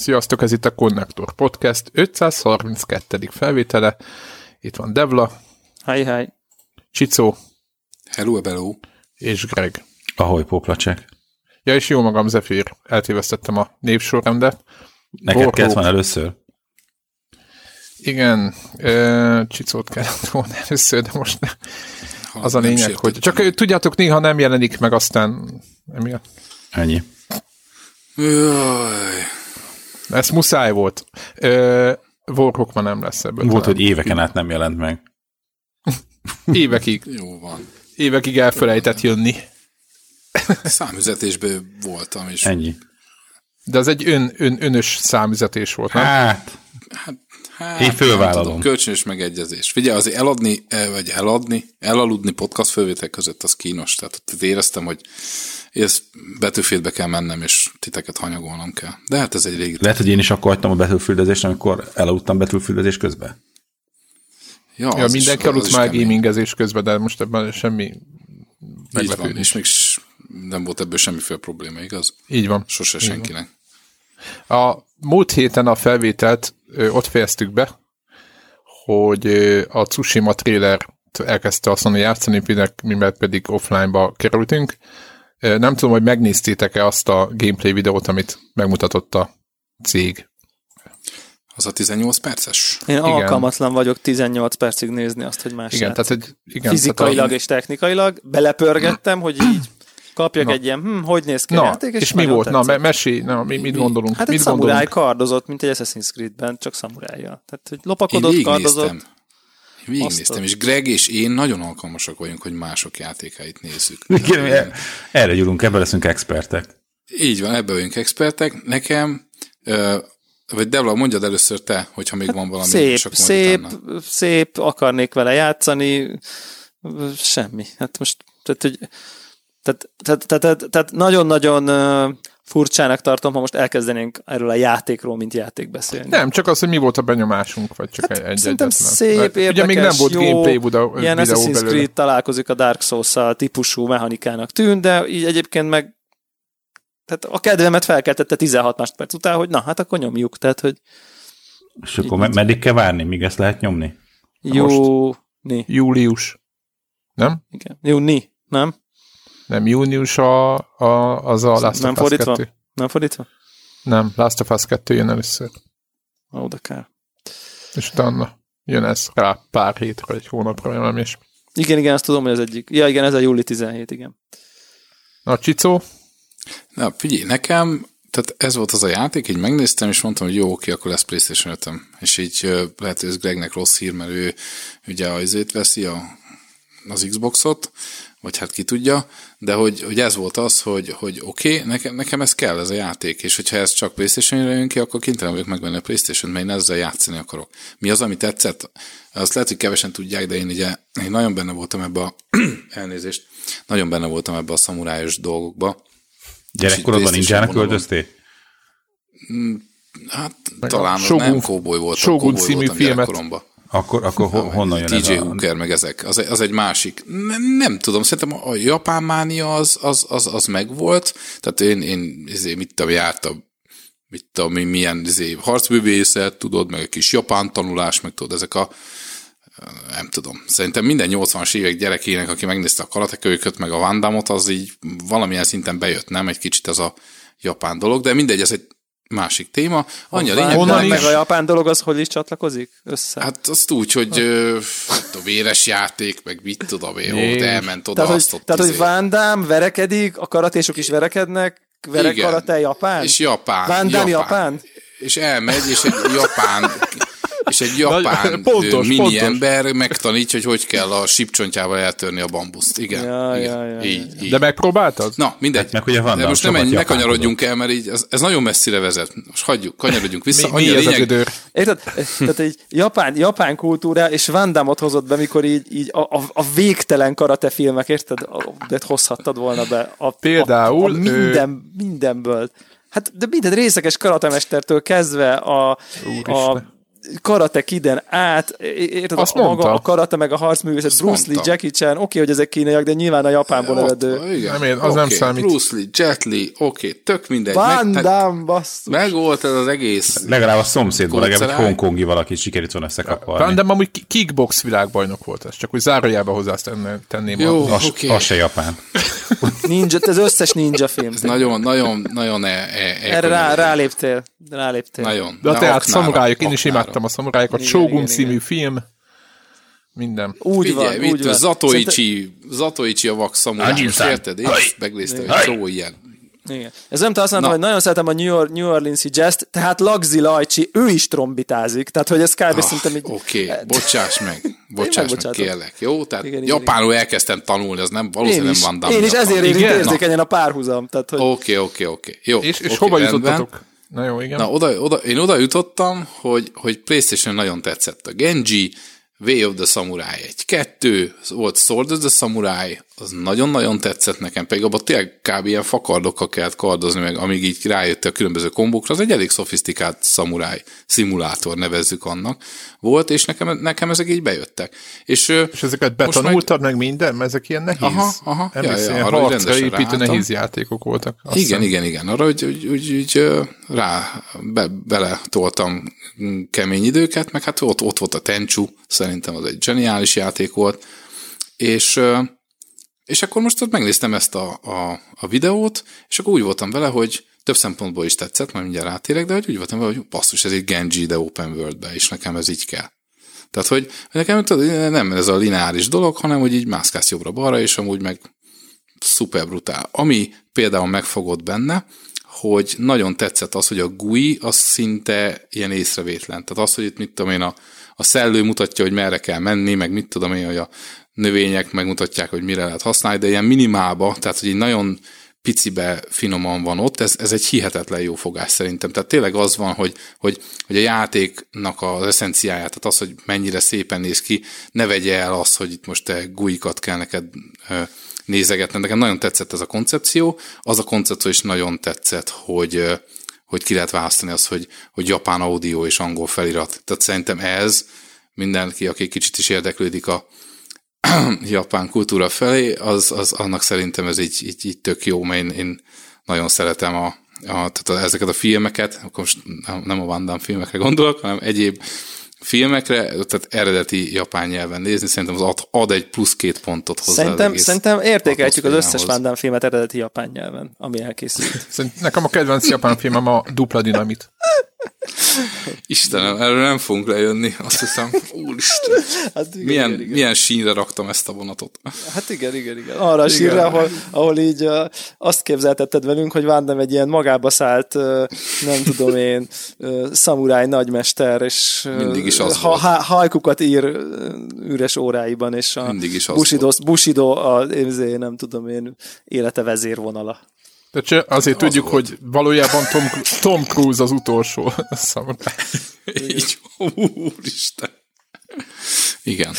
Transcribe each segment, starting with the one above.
Sziasztok, ez itt a Konnektor Podcast 532. felvétele. Itt van Devla. Hi. Csicó. Hello. És Greg. Ahoy, poplacsek. Ja, és jó magam, Zephyr. Eltévesztettem a névsorrendet. Neked kellett van először? Igen, Csicót kellett volna először, de most ne. Az a lényeg, hogy csak tudjátok, néha nem jelenik meg, aztán emiatt. Ennyi. Ez muszáj volt. Warhawk ma nem lesz ebből. Volt, hogy éveken át nem jelent meg. Évekig. Jó van. Évekig elfelejtett jönni. Számüzetésben voltam is. Ennyi. De az egy önös számüzetés volt, nem? Hát én fölvállalom. Tudom, kölcsönös megegyezés. Figyelj, azért elaludni podcast fölvétel között az kínos. Tehát ott éreztem, hogy ezt Battlefieldbe kell mennem, és titeket hanyagolnom kell. De hát ez egy régi... Lehet, hogy én is akkor hagytam a Battlefieldezést, amikor elaludtam Battlefieldezés közben. Ja, mindenki aludt már gamingezés közben, de most ebben semmi meglepődés. És még nem volt ebből semmiféle probléma, igaz? Így van. Sose így senkinek. Van. A múlt héten a felvételt ott fejeztük be, hogy a Tsushima trailert elkezdte azt mondani játszani, mivel pedig offline-ba kerültünk. Nem tudom, hogy megnéztétek-e azt a gameplay videót, amit megmutatott a cég. Az a 18 perces? Én alkalmatlan vagyok 18 percig nézni azt, hogy más fizikailag és technikailag. Belepörgettem, hogy így kapjak egy ilyen, hogy néz ki a játék, és mi volt? Tetszik. Mesélj, mit gondolunk? Hát egy szamuráj kardozott, mint egy Assassin's Creed-ben, csak szamurájjal. Tehát, hogy lopakodott, kardozott. Végignéztem, és Greg és én nagyon alkalmasak vagyunk, hogy mások játékáit nézzük. Igen, erre gyúrunk, ebben leszünk expertek. Így van, ebben vagyunk expertek. Nekem, vagy Devla, mondjad először te, hogyha még van valami. Szép, akarnék vele játszani, semmi. Hát most, tehát nagyon-nagyon furcsának tartom, ha most elkezdenénk erről a játékról, mint játék beszélni. Nem, csak az, hogy mi volt a benyomásunk, vagy csak egy szerintem szép, érdekes, ugye még nem volt jó, gameplay videó ilyen Assassin's Creed találkozik a Dark Souls-szal típusú mechanikának tűn, de így egyébként meg tehát a kedvemet felkeltette 16 másodperc után, hogy na, hát akkor nyomjuk, tehát, hogy és akkor meddig kell várni, míg ezt lehet nyomni? Július. Nem? Igen. Júni, nem? Nem, június az a Last of Us 2. Nem fordítva? Nem, Last of Us 2 jön először. Ó, de kár. És utána jön ez rá pár hétre, egy hónapra, nem is. Igen, azt tudom, hogy az egyik. Ja, igen, ez a júli 17, igen. Na, Csicó? Na, figyelj, nekem, tehát ez volt az a játék, így megnéztem, és mondtam, hogy jó, oké, akkor lesz PlayStation 5-öm. És így lehet, hogy ez Gregnek rossz hír, mert ő ugye azért veszi az Xboxot, vagy hát ki tudja, de hogy ez volt az, hogy oké, nekem ez kell, ez a játék, és hogyha ez csak PlayStation-ra jön ki, akkor kénytelen vagyok megvenni a PlayStation-t, mert én ezzel játszani akarok. Mi az, ami tetszett? Azt lehet, hogy kevesen tudják, de én nagyon benne voltam ebbe a elnézést, nagyon benne voltam ebbe a szamurájos dolgokba. Gyerekkorodban ninjának költöztél? Hát talán nem cowboy voltam. Shogun című filmet. Akkor honnan jön TJ Hooker, meg ezek. Az egy másik. Nem tudom, szerintem a japán mánia az megvolt. Tehát én mit tudom, jártam, milyen harcművészet, tudod, meg egy kis japán tanulás, meg tudod, ezek a nem tudom. Szerintem minden 80-as évek gyerekének, aki megnézte a Karate-Kölyköt, meg a Van Damme-ot, az így valamilyen szinten bejött, nem? Egy kicsit ez a japán dolog, de mindegy, ez egy másik téma. Honnan meg a japán dolog, az hogy is csatlakozik össze? Hát azt úgy, hogy a véres játék, meg mit tudom én, de elment oda. Tehát, hogy Van Damme verekedik, a karatésok is verekednek, karate Japán? És Japán. Van Damme Japán? És elmegy, és egy japán mini ember megtanítja, hogy kell a sípcsontjával eltörni a bambuszt. Igen. Így. De megpróbáltad? Na, mindegy. Meg ugye van, de most ne kanyarodjunk el, mert így ez nagyon messzire vezet. Most kanyarodjunk vissza. Mi ez a gödör? Érted? Tehát egy japán kultúra, és Van Damme-ot hozott be, mikor így a végtelen karate filmek, érted? De hozhattad volna be. Például mindenből. Hát, de minden részekes karatemestertől kezdve Karate Kiden át, érted, maga a karate meg a harcművészet, Bruce Lee, Jackie Chan, oké, hogy ezek kínaiak, de nyilván a Japánból eredő. Nem számít. Bruce Lee, Jet Li, tök mindegy. Van Damme, basszus. Meg volt ez az egész. Legalább a szomszédból, legalább egy hongkongi valaki sikerült volna összekapalni. Van Damme amúgy kickbox világbajnok volt ez, csak úgy zárójába hozzá tenném. Jó, az se japán. Ninja, ez összes ninja film. Ez nagyon erre ráléptél. Nagyon. De tehát szamurájok, én is imádtam a szamurájokat. Shogun című film, minden. Úgy van. Zatoichi a vak szamuráj. Érted? Én megnéztem egy csomó ilyen. Igen. Ez nem te azt mondtam, hogy nagyon szeretem a New Orleans-i jazz-t, tehát Lagzi Lajcsi, ő is trombitázik, tehát hogy ez kb. Szerintem így... Oké, bocsáss meg, kérlek, jó? Tehát igen, japánul elkezdtem tanulni, az nem valószínűleg nem Van Damme. Én is ezért érzékenyen a párhuzam. Oké. Jó. És hova jutottatok? Na jó, igen. Én oda jutottam, hogy PlayStation nagyon tetszett a Genji, Way of the Samurai 1-2, volt Sword of the Samurai, az nagyon-nagyon tetszett nekem, pedig abban tényleg kb. Ilyen fakardokkal kellett kardozni meg, amíg így rájöttek a különböző kombókra, az egy elég szofisztikált szamuráj szimulátor, nevezzük annak volt, és nekem ezek így bejöttek. És ezeket betanultad meg minden? Mert ezek ilyen nehéz. Emlékszem, ilyen harcra építő nehéz játékok voltak. Igen. Arra, hogy beletoltam kemény időket, meg hát ott volt a Tenchu, szerintem az egy zseniális játék volt, és akkor most ott megnéztem ezt a videót, és akkor úgy voltam vele, hogy több szempontból is tetszett, majd mindjárt rátérek, de hogy úgy voltam vele, hogy basszus, ez egy Genji, de open world-be, és nekem ez így kell. Tehát, hogy nekem nem ez a lineáris dolog, hanem hogy így mászkálsz jobbra-balra, és amúgy meg szuper brutál. Ami például megfogott benne, hogy nagyon tetszett az, hogy a GUI az szinte ilyen észrevétlen. Tehát az, hogy itt mit tudom én, a szellő mutatja, hogy merre kell menni, meg mit tudom én, hogy a növények megmutatják, hogy mire lehet használni, de ilyen minimálba, tehát hogy így nagyon picibe finoman van ott, ez egy hihetetlen jó fogás szerintem. Tehát tényleg az van, hogy a játéknak az eszenciáját, tehát az, hogy mennyire szépen néz ki, ne vegye el azt, hogy itt most te GUI-kat kell neked nézegetni. Nekem nagyon tetszett ez a koncepció. Az a koncepció is nagyon tetszett, hogy ki lehet választani azt, hogy japán audio és angol felirat. Tehát szerintem ez mindenki, aki kicsit is érdeklődik a japán kultúra felé, az annak szerintem ez így tök jó, mert én nagyon szeretem tehát ezeket a filmeket, akkor most nem a Van Damme filmekre gondolok, hanem egyéb filmekre, tehát eredeti japán nyelven nézni, szerintem az ad egy plusz 2 pontot hozzá. Szerintem értékeltjük az összes Van Damme filmet eredeti japán nyelven, ami elkészült. Nekem a kedvenc japán filmem a Dupla Dinamit. Istenem, erről nem fogunk lejönni, azt hiszem. Úristen. Hát igen, milyen sínre raktam ezt a vonatot. Hát igen. Arra a sínre, ahol így azt képzeltetted velünk, hogy Van Damme egy ilyen magába szállt, nem tudom én, szamuráj nagymester, és mindig is az hajkukat ír üres óráiban, és a Bushido nem tudom én, élete vezérvonala. De azért tudjuk, hogy valójában Tom Cruise az utolsó szamuráj. Így, úristen. Igen.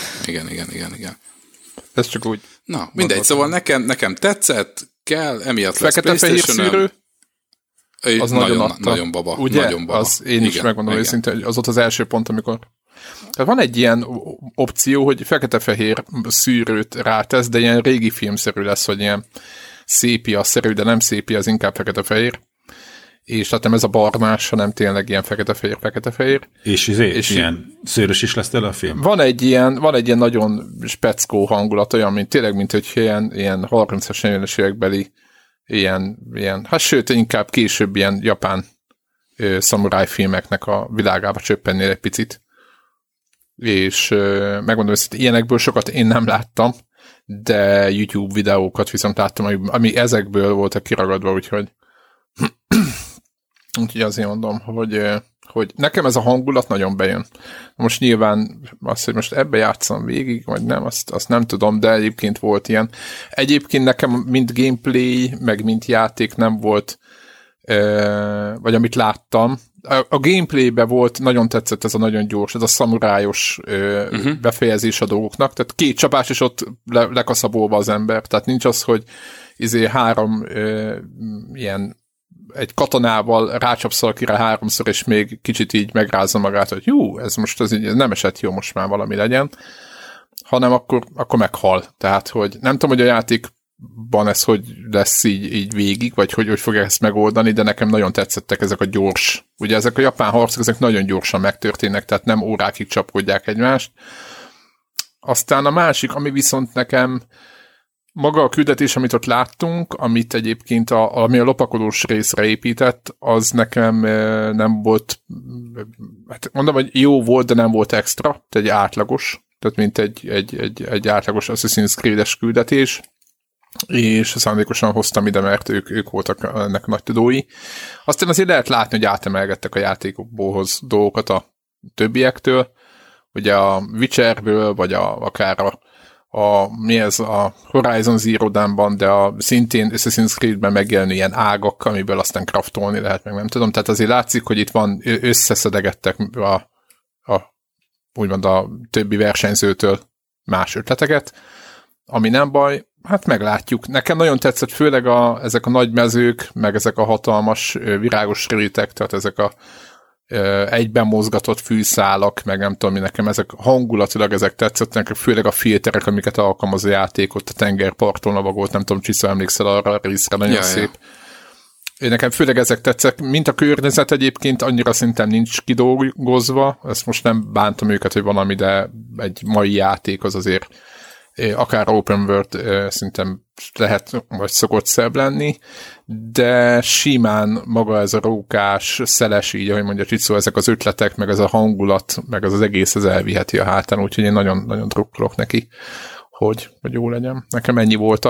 Ez csak úgy. Na, mindegy, szóval nekem tetszett, kell, emiatt lesz Fekete-fehér szűrő? Az nagyon baba. Ugye? Nagyon baba. Az én is megmondom őszintén, hogy az ott az első pont, amikor... Tehát van egy ilyen opció, hogy fekete-fehér szűrőt rátesz, de ilyen régi filmszerű lesz, hogy ilyen szépia-szerű, de nem szépia, az inkább fekete-fehér. És tehát nem ez a barnás, hanem tényleg ilyen fekete-fehér. És ilyen szőrös is lesz tőle a film? Van egy ilyen nagyon speckó hangulat, olyan, mint tényleg, mint hogy ilyen 30-as, 40-es évekbeli ilyen, hát sőt, inkább később ilyen japán szamuráj filmeknek a világába csöppennél egy picit. És megmondom, hogy ilyenekből sokat én nem láttam, de YouTube videókat viszont láttam, ami ezekből voltak kiragadva, úgyhogy azért mondom, hogy nekem ez a hangulat nagyon bejön. Most nyilván azt, hogy most ebbe játszom végig, vagy nem, azt nem tudom, de egyébként volt ilyen. Egyébként nekem mind gameplay, meg mind játék nem volt, vagy amit láttam. A gameplaybe volt, nagyon tetszett ez a nagyon gyors, ez a szamurájos befejezés a dolgoknak, tehát 2 csapás is ott lekaszabolva az ember, tehát nincs az, hogy 3 ilyen egy katonával rácsapsz valakire 3-szor, és még kicsit így megrázza magát, hogy jó, ez most ez így nem esett jó, most már valami legyen, hanem akkor meghal. Tehát, hogy nem tudom, hogy a játékban ez hogy lesz így végig, vagy hogy fogják ezt megoldani, de nekem nagyon tetszettek ezek a gyors. Ugye ezek a japán harcok, ezek nagyon gyorsan megtörténnek, tehát nem órákig csapkodják egymást. Aztán a másik, ami viszont nekem maga a küldetés, amit ott láttunk, amit egyébként ami a lopakodós részre épített, az nekem nem volt, hát mondom, hogy jó volt, de nem volt extra, egy átlagos, tehát mint egy átlagos Assassin's Creed-es küldetés, és szándékosan hoztam ide, mert ők voltak ennek nagy tudói. Aztán azért lehet látni, hogy átemelgettek a játékokból dolgokat a többiektől, ugye a Witcherből, vagy akár mi ez a Horizon Zero Dawn-ban, de szintén Assassin's Creed-ben megjelenő ilyen ágak, amiből aztán craftolni lehet, meg nem tudom. Tehát azért látszik, hogy itt van, összeszedegettek úgymond a többi versenyzőtől más ötleteket, ami nem baj, hát meglátjuk. Nekem nagyon tetszett főleg ezek a nagy mezők, meg ezek a hatalmas virágos rétek, tehát ezek a egyben mozgatott fűszálak, meg nem tudom, nekem ezek hangulatilag ezek tetszettek, főleg a filterek, amiket alkalmaz a játék, ott a tengerparton lavagolt, nem tudom, Csicsa, emlékszel arra a részre, nagyon szép. Én nekem főleg ezek tetszek, mint a környezet egyébként, annyira szinten nincs kidolgozva, ezt most nem bántam őket, hogy valami, de egy mai játék az azért akár open world szinten lehet, vagy szokott szebb lenni, de simán maga ez a rókás, szeles, így, ahogy mondja Csicó, ezek az ötletek, meg ez a hangulat, meg az egész, ez elviheti a hátán, úgyhogy én nagyon drukkolok neki, hogy jó legyen. Nekem ennyi volt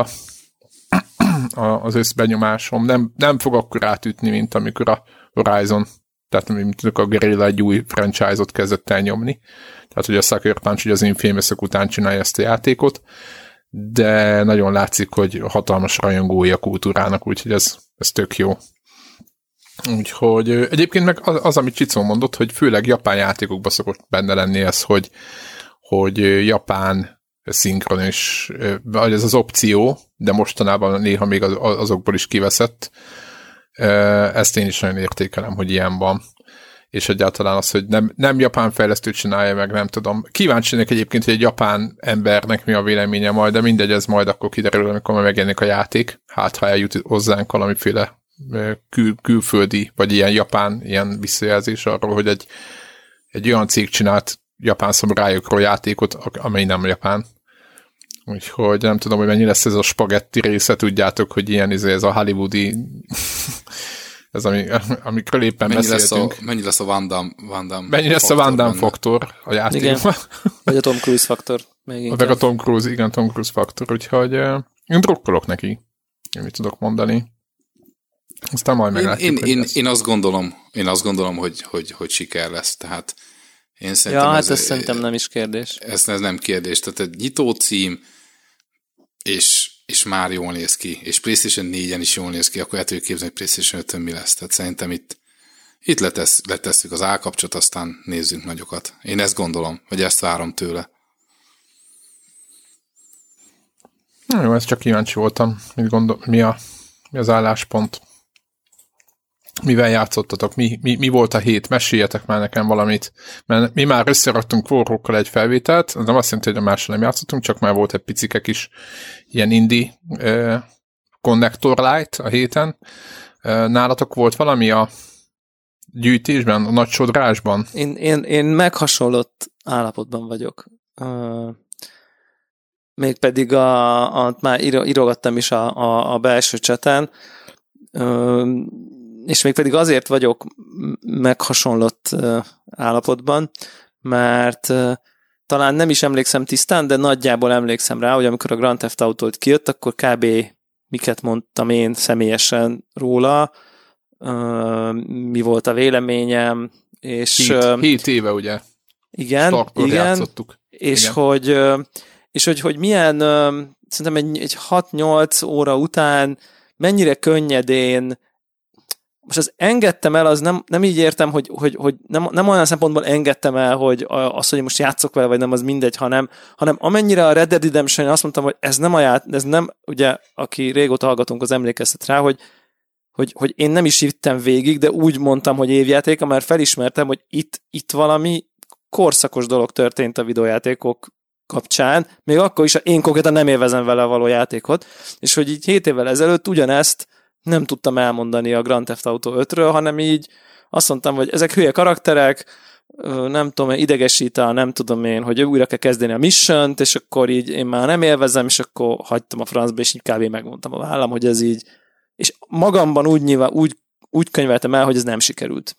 az összbenyomásom. Nem fog akkor átütni, mint amikor a Horizon, tehát mint a Guerrilla egy új franchise-ot kezdett el nyomni. Tehát, hogy a Sucker Punch az Infamous-ök után csinálja ezt a játékot, de nagyon látszik, hogy hatalmas rajongói a kultúrának, úgyhogy ez tök jó. Úgyhogy egyébként meg az, amit Csicó mondott, hogy főleg japán játékokban szokott benne lenni ez, hogy japán szinkron is, vagy ez az opció, de mostanában néha még azokból is kiveszett. Ezt én is nagyon értékelem, hogy ilyen van. És egyáltalán az, hogy nem japán fejlesztő csinálja meg, nem tudom. Kíváncsi lennék egyébként, hogy egy japán embernek mi a véleménye majd, de mindegy, ez majd akkor kiderül, amikor majd megjelenik a játék. Hát, ha eljut hozzánk valamiféle külföldi, vagy ilyen japán ilyen visszajelzés arról, hogy egy olyan cég csinált japán szamurájokról játékot, amely nem japán. Úgyhogy nem tudom, hogy mennyi lesz ez a spagetti része, tudjátok, hogy ilyen ez a hollywoodi ez, amikről éppen beszéltünk. Mennyi lesz a Van Damme mennyi lesz a Van Damme faktor a játékban? Vagy a Tom Cruise faktor. Meg a Tom Cruise faktor, úgyhogy én drukkolok neki. Én mit tudok mondani. Aztán majd meglátjuk. Én azt gondolom, hogy siker lesz, tehát én szerintem ez szerintem nem is kérdés. Ez nem kérdés, tehát egy nyitó cím, és már jól néz ki, és PlayStation 4-en is jól néz ki, akkor el tudjuk képzelni, hogy PlayStation 5-ön mi lesz. Tehát szerintem itt letesszük az állkapcsot, aztán nézzünk nagyokat. Én ezt gondolom, vagy ezt várom tőle. Jó, ezt csak kíváncsi voltam. Mi az álláspont? Mivel játszottatok? Mi volt a hét? Meséljetek már nekem valamit. Mert mi már összeraktunk forrókkal egy felvételt, nem azt jelenti, hogy a másra nem játszottunk, csak már volt egy picike kis ilyen indie Connector Light a héten. Nálatok volt valami a gyűjtésben, a nagy sodrásban? Én meghasonlott állapotban vagyok. Mégpedig már írogattam is a belső cseten, és mégpedig azért vagyok meghasonlott állapotban, mert talán nem is emlékszem tisztán, de nagyjából emlékszem rá, hogy amikor a Grand Theft Auto-t kijött, akkor kb. Miket mondtam én személyesen róla, mi volt a véleményem, és... 7 éve, ugye? Igen. Játszottuk. És hogy milyen, szerintem egy 6-8 óra után mennyire könnyedén, most az engedtem el, az nem így értem, hogy nem olyan szempontból engedtem el, hogy az, hogy most játszok vele, vagy nem, az mindegy, hanem amennyire a Red Dead Redemption, azt mondtam, hogy ez nem, ugye, aki régóta hallgatunk, az emlékeztet rá, hogy hogy én nem is vittem végig, de úgy mondtam, hogy évjátéka, mert felismertem, hogy itt valami korszakos dolog történt a videójátékok kapcsán, még akkor is én konkrétan nem élvezem vele való játékot, és hogy így 7 évvel ezelőtt ugyanezt nem tudtam elmondani a Grand Theft Auto 5-ről, hanem így azt mondtam, hogy ezek hülye karakterek, nem tudom, idegesít nem tudom én, hogy újra kell kezdeni a missiont, és akkor így én már nem élvezem, és akkor hagytam a francba, és így kb. Megmondtam a vállam, hogy ez így, és magamban úgy könyveltem el, hogy ez nem sikerült.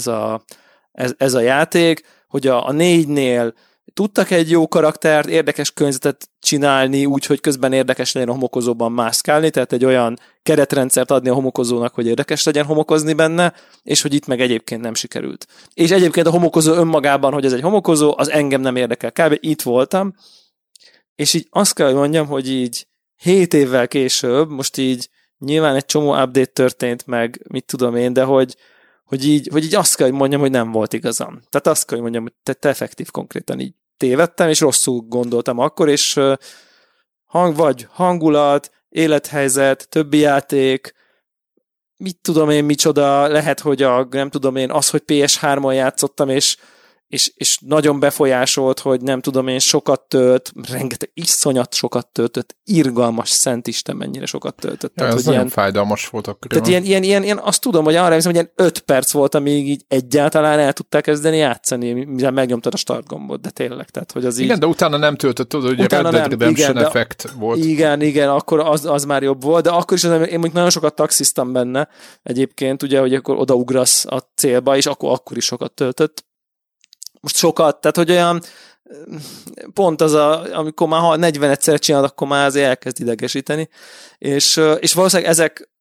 Ez a játék, hogy a 4-nél tudtak egy jó karaktert, érdekes környezetet csinálni, úgyhogy közben érdekes legyen a homokozóban mászkálni, tehát egy olyan keretrendszert adni a homokozónak, hogy érdekes legyen homokozni benne, és hogy itt meg egyébként nem sikerült. És egyébként a homokozó önmagában, hogy ez egy homokozó, az engem nem érdekel. Kb. Itt voltam, és így azt kell, hogy mondjam, hogy így 7 évvel később, most így nyilván egy csomó update történt meg, mit tudom én, de hogy így azt kell, hogy mondjam, hogy nem volt igazam. Tehát azt kell, hogy mondjam, hogy te effektív konkrétan így tévedtem, és rosszul gondoltam akkor, és vagy hangulat, élethelyzet, többi játék, mit tudom én, micsoda, lehet, hogy nem tudom én, az, hogy PS3-on játszottam, és nagyon befolyásolt, hogy nem tudom én, sokat tölt, rengeteg, iszonyat sokat töltött, irgalmas szent Isten mennyire sokat töltött. Ja, ez nagyon fájdalmas volt akkor. Tehát ilyen, azt tudom, hogy arra hiszem, hogy ilyen 5 perc volt, amíg így egyáltalán el tudták kezdeni játszani, mivel megnyomtad a start gombot, de tényleg, tehát hogy az így... Igen, de utána nem töltött, tudod, hogy a Red Dead Redemption effekt volt. Igen, akkor az már jobb volt, de akkor is én mondjuk nagyon sokat taxiztam benne egyébként, ugye, hogy akkor odaugrasz a célba, és akkor is sokat töltött. Most sokat, tehát hogy olyan pont az, amikor már ha 40-szer csinálod, akkor már azért elkezd idegesíteni, és valószínűleg ezek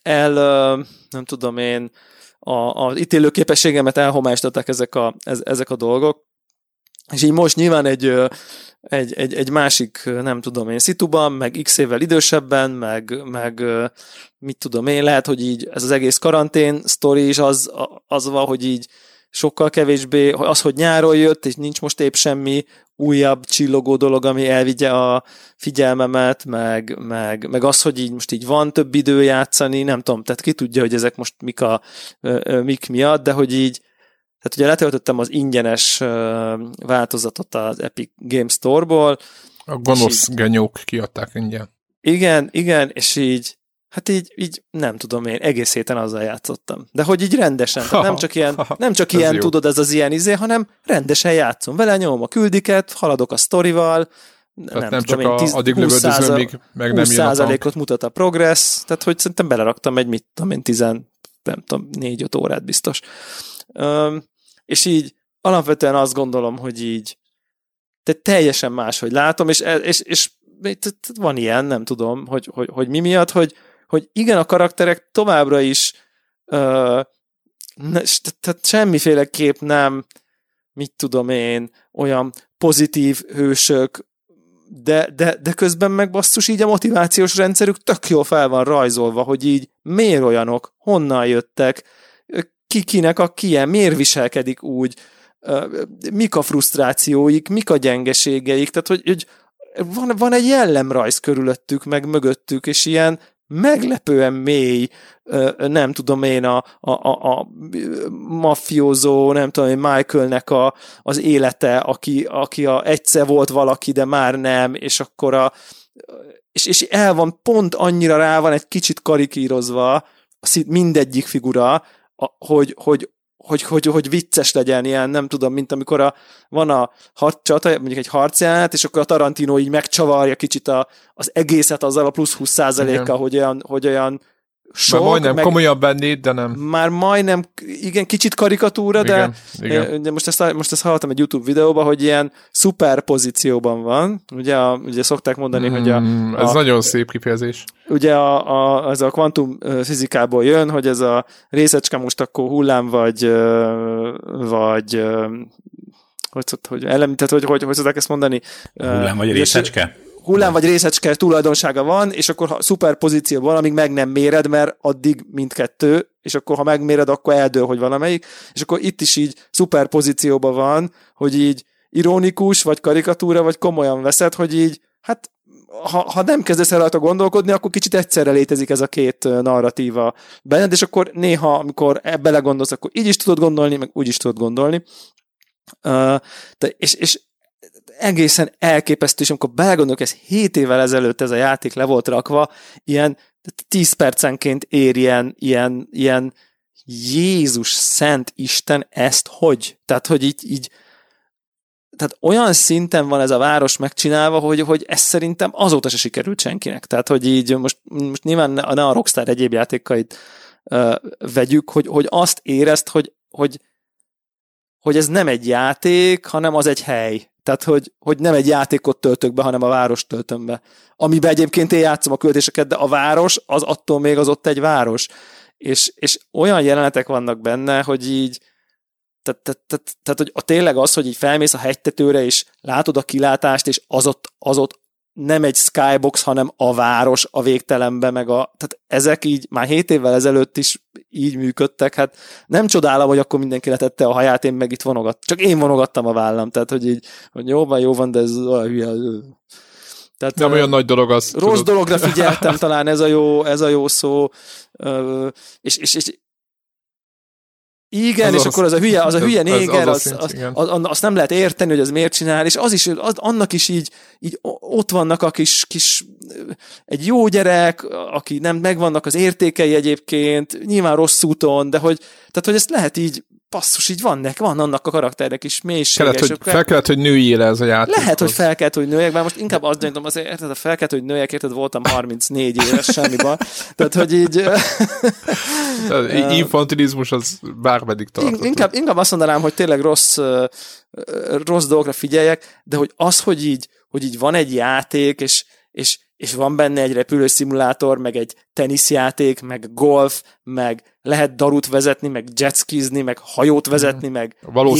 nem tudom én, az ítélő képességemet elhomályosították ezek a dolgok, és így most nyilván egy másik, nem tudom én, szituban, meg x évvel idősebben, meg mit tudom én, lehet, hogy így ez az egész karantén sztori is az van, hogy így sokkal kevésbé, az, hogy nyáron jött, és nincs most épp semmi újabb csillogó dolog, ami elvigye a figyelmemet, meg az, hogy így most így van több idő játszani, nem tudom, tehát ki tudja, hogy ezek most mik miatt, de hogy így, tehát ugye letöltöttem az ingyenes változatot az Epic Games Store-ból. A gonosz genyók kiadták ingyen. Igen, és így hát így nem tudom én, egész héten azzal játszottam. De hogy így rendesen, tehát nem csak ilyen tudod, ez az ilyen hanem rendesen játszom. Vele nyomom a küldiket, haladok a sztorival, nem tudom én, addig lövöldözöm, míg meg nem jön a 20%-ot mutat a progress, tehát hogy szerintem beleraktam egy 4-5 órát biztos. És így alapvetően azt gondolom, hogy így teljesen máshogy látom, és van ilyen, nem tudom, hogy mi miatt, hogy igen, a karakterek továbbra is tehát semmiféleképp nem, mit tudom én, olyan pozitív hősök, de közben meg basszus, így a motivációs rendszerük tök jól fel van rajzolva, hogy így miért olyanok, honnan jöttek, kinek ilyen, miért viselkedik úgy, mik a frusztrációik, mik a gyengeségeik, tehát hogy van egy jellemrajz körülöttük, meg mögöttük, és ilyen meglepően mély, nem tudom én, a mafiózó, nem tudom én, Michaelnek az élete, aki egyszer volt valaki, de már nem, és akkor és el van, pont annyira rá van egy kicsit karikírozva mindegyik figura, hogy vicces legyen ilyen, nem tudom, mint amikor van a hadcsata, mondjuk egy harcjelenet, és akkor a Tarantino így megcsavarja kicsit az egészet azzal a plusz 20%-kal, hogy olyan sok. Már majdnem komolyabb bennéd, de nem. Már majdnem, igen, kicsit karikatúra, igen. De most ezt hallottam egy YouTube videóban, hogy ilyen szuperpozícióban van. Ugye szokták mondani, hogy ez nagyon szép kifejezés. Ugye ez a kvantum fizikából jön, hogy ez a részecske most akkor hullám vagy hogy szokták ezt mondani? Hullám vagy részecske? Hullám vagy részecske tulajdonsága van, és akkor ha szuperpozícióban van, amíg meg nem méred, mert addig mindkettő, és akkor ha megméred, akkor eldől, hogy valamelyik, és akkor itt is így szuperpozícióban van, hogy így ironikus, vagy karikatúra, vagy komolyan veszed, hogy így, hát ha nem kezdesz el rajta gondolkodni, akkor kicsit egyszerre létezik ez a két narratíva benned, és akkor néha, amikor belegondolsz, akkor így is tudod gondolni, meg úgy is tudod gondolni. És egészen elképesztő, és amikor belegondolok, ez 7 évvel ezelőtt ez a játék le volt rakva, ilyen 10 percenként ér ilyen Jézus Szent Isten, ezt hogy? Tehát, hogy így tehát olyan szinten van ez a város megcsinálva, hogy ez szerintem azóta se sikerült senkinek. Tehát, hogy így most nyilván ne a Rockstar egyéb játékait vegyük, hogy azt érezt, hogy ez nem egy játék, hanem az egy hely. Tehát, hogy nem egy játékot töltök be, hanem a várost töltöm be. Amiben egyébként én játszom a költéseket, de a város az attól még az ott egy város. És olyan jelenetek vannak benne, hogy így tehát hogy tényleg az, hogy így felmész a hegytetőre, és látod a kilátást, és az ott nem egy skybox, hanem a város a végtelenbe, tehát ezek így már 7 évvel ezelőtt is így működtek, hát nem csodálom, hogy akkor mindenki letette a haját, én meg itt csak én vonogattam a vállam, tehát hogy így, hogy jó van, de ez olyan hülye. Tehát, nem olyan nagy dolog az. Rossz dologra figyeltem, talán ez a jó szó, és igen, és akkor az a hülye néger, azt nem lehet érteni, hogy az miért csinál, és annak is így ott vannak a kis egy jó gyerek, aki nem megvannak az értékei egyébként, nyilván rossz úton, de hogy ezt lehet így, basszus, így van annak a karakternek is mélysége. Fel kellett, hogy nőjél ez a játék. Lehet, hogy fel kellett, hogy nőjek, mert most inkább azt gyanítom, érted, fel kellett, hogy nőjek, érted, voltam 34 éves, semmiban. Tehát, hogy így... infantilizmus az bármeddig tartott. Inkább azt mondanám, hogy tényleg rossz dolgokra figyeljek, de hogy így van egy játék, és van benne egy repülőszimulátor, meg egy teniszjáték, meg golf, meg lehet darut vezetni, meg jetskizni, meg hajót vezetni, meg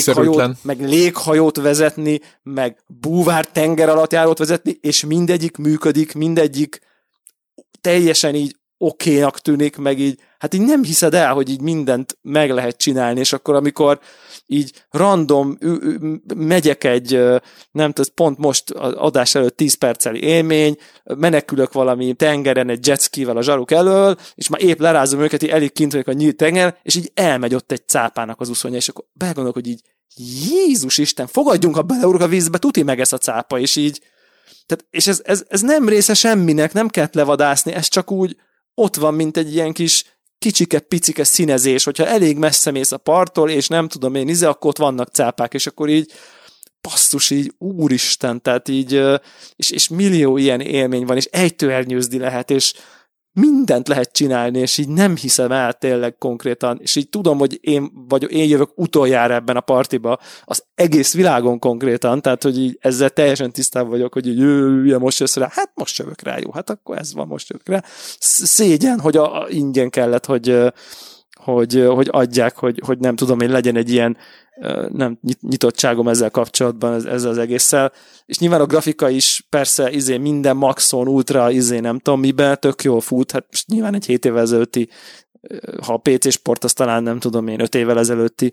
léghajót vezetni, meg búvár tenger alatt járót vezetni, és mindegyik működik, mindegyik teljesen így okénak tűnik, meg így, hát így nem hiszed el, hogy így mindent meg lehet csinálni, és akkor amikor így random megyek egy, nem tudom, pont most adás előtt 10 perccel élmény, menekülök valami tengeren egy jetskivel a zsaruk elől, és már épp lerázom őket, így elég kint vagyok a nyílt tenger, és így elmegy ott egy cápának az uszonya, és akkor belegondolok, hogy így Jézus Isten, fogadjunk, ha beleúrok a vízbe, tuti meg ez a cápa, és így, tehát, és ez nem része semminek, nem kellett levadászni, ez csak úgy ott van, mint egy ilyen kis kicsike-picike színezés, hogyha elég messze mész a parttól, és nem tudom én, akkor ott vannak cápák, és akkor így basszus, így úristen, tehát így, és millió ilyen élmény van, és ejtőernyőzni lehet, és mindent lehet csinálni, és így nem hiszem el tényleg konkrétan, és így tudom, hogy én jövök utoljára ebben a partiba, az egész világon konkrétan, tehát, hogy így ezzel teljesen tisztában vagyok, hogy így most jössz rá, hát most jövök rá, jó, hát akkor ez van, most jövök rá. Szégyen, hogy ingyen kellett, hogy adják, hogy nem tudom én, legyen egy ilyen nem nyitottságom ezzel kapcsolatban, ezzel az egésszel. És nyilván a grafika is persze minden maxon, ultra, nem tudom miben, tök jól fut, hát most nyilván egy 7 évvel ezelőtti, ha a PC sport, az talán nem tudom én, 5 évvel ezelőtti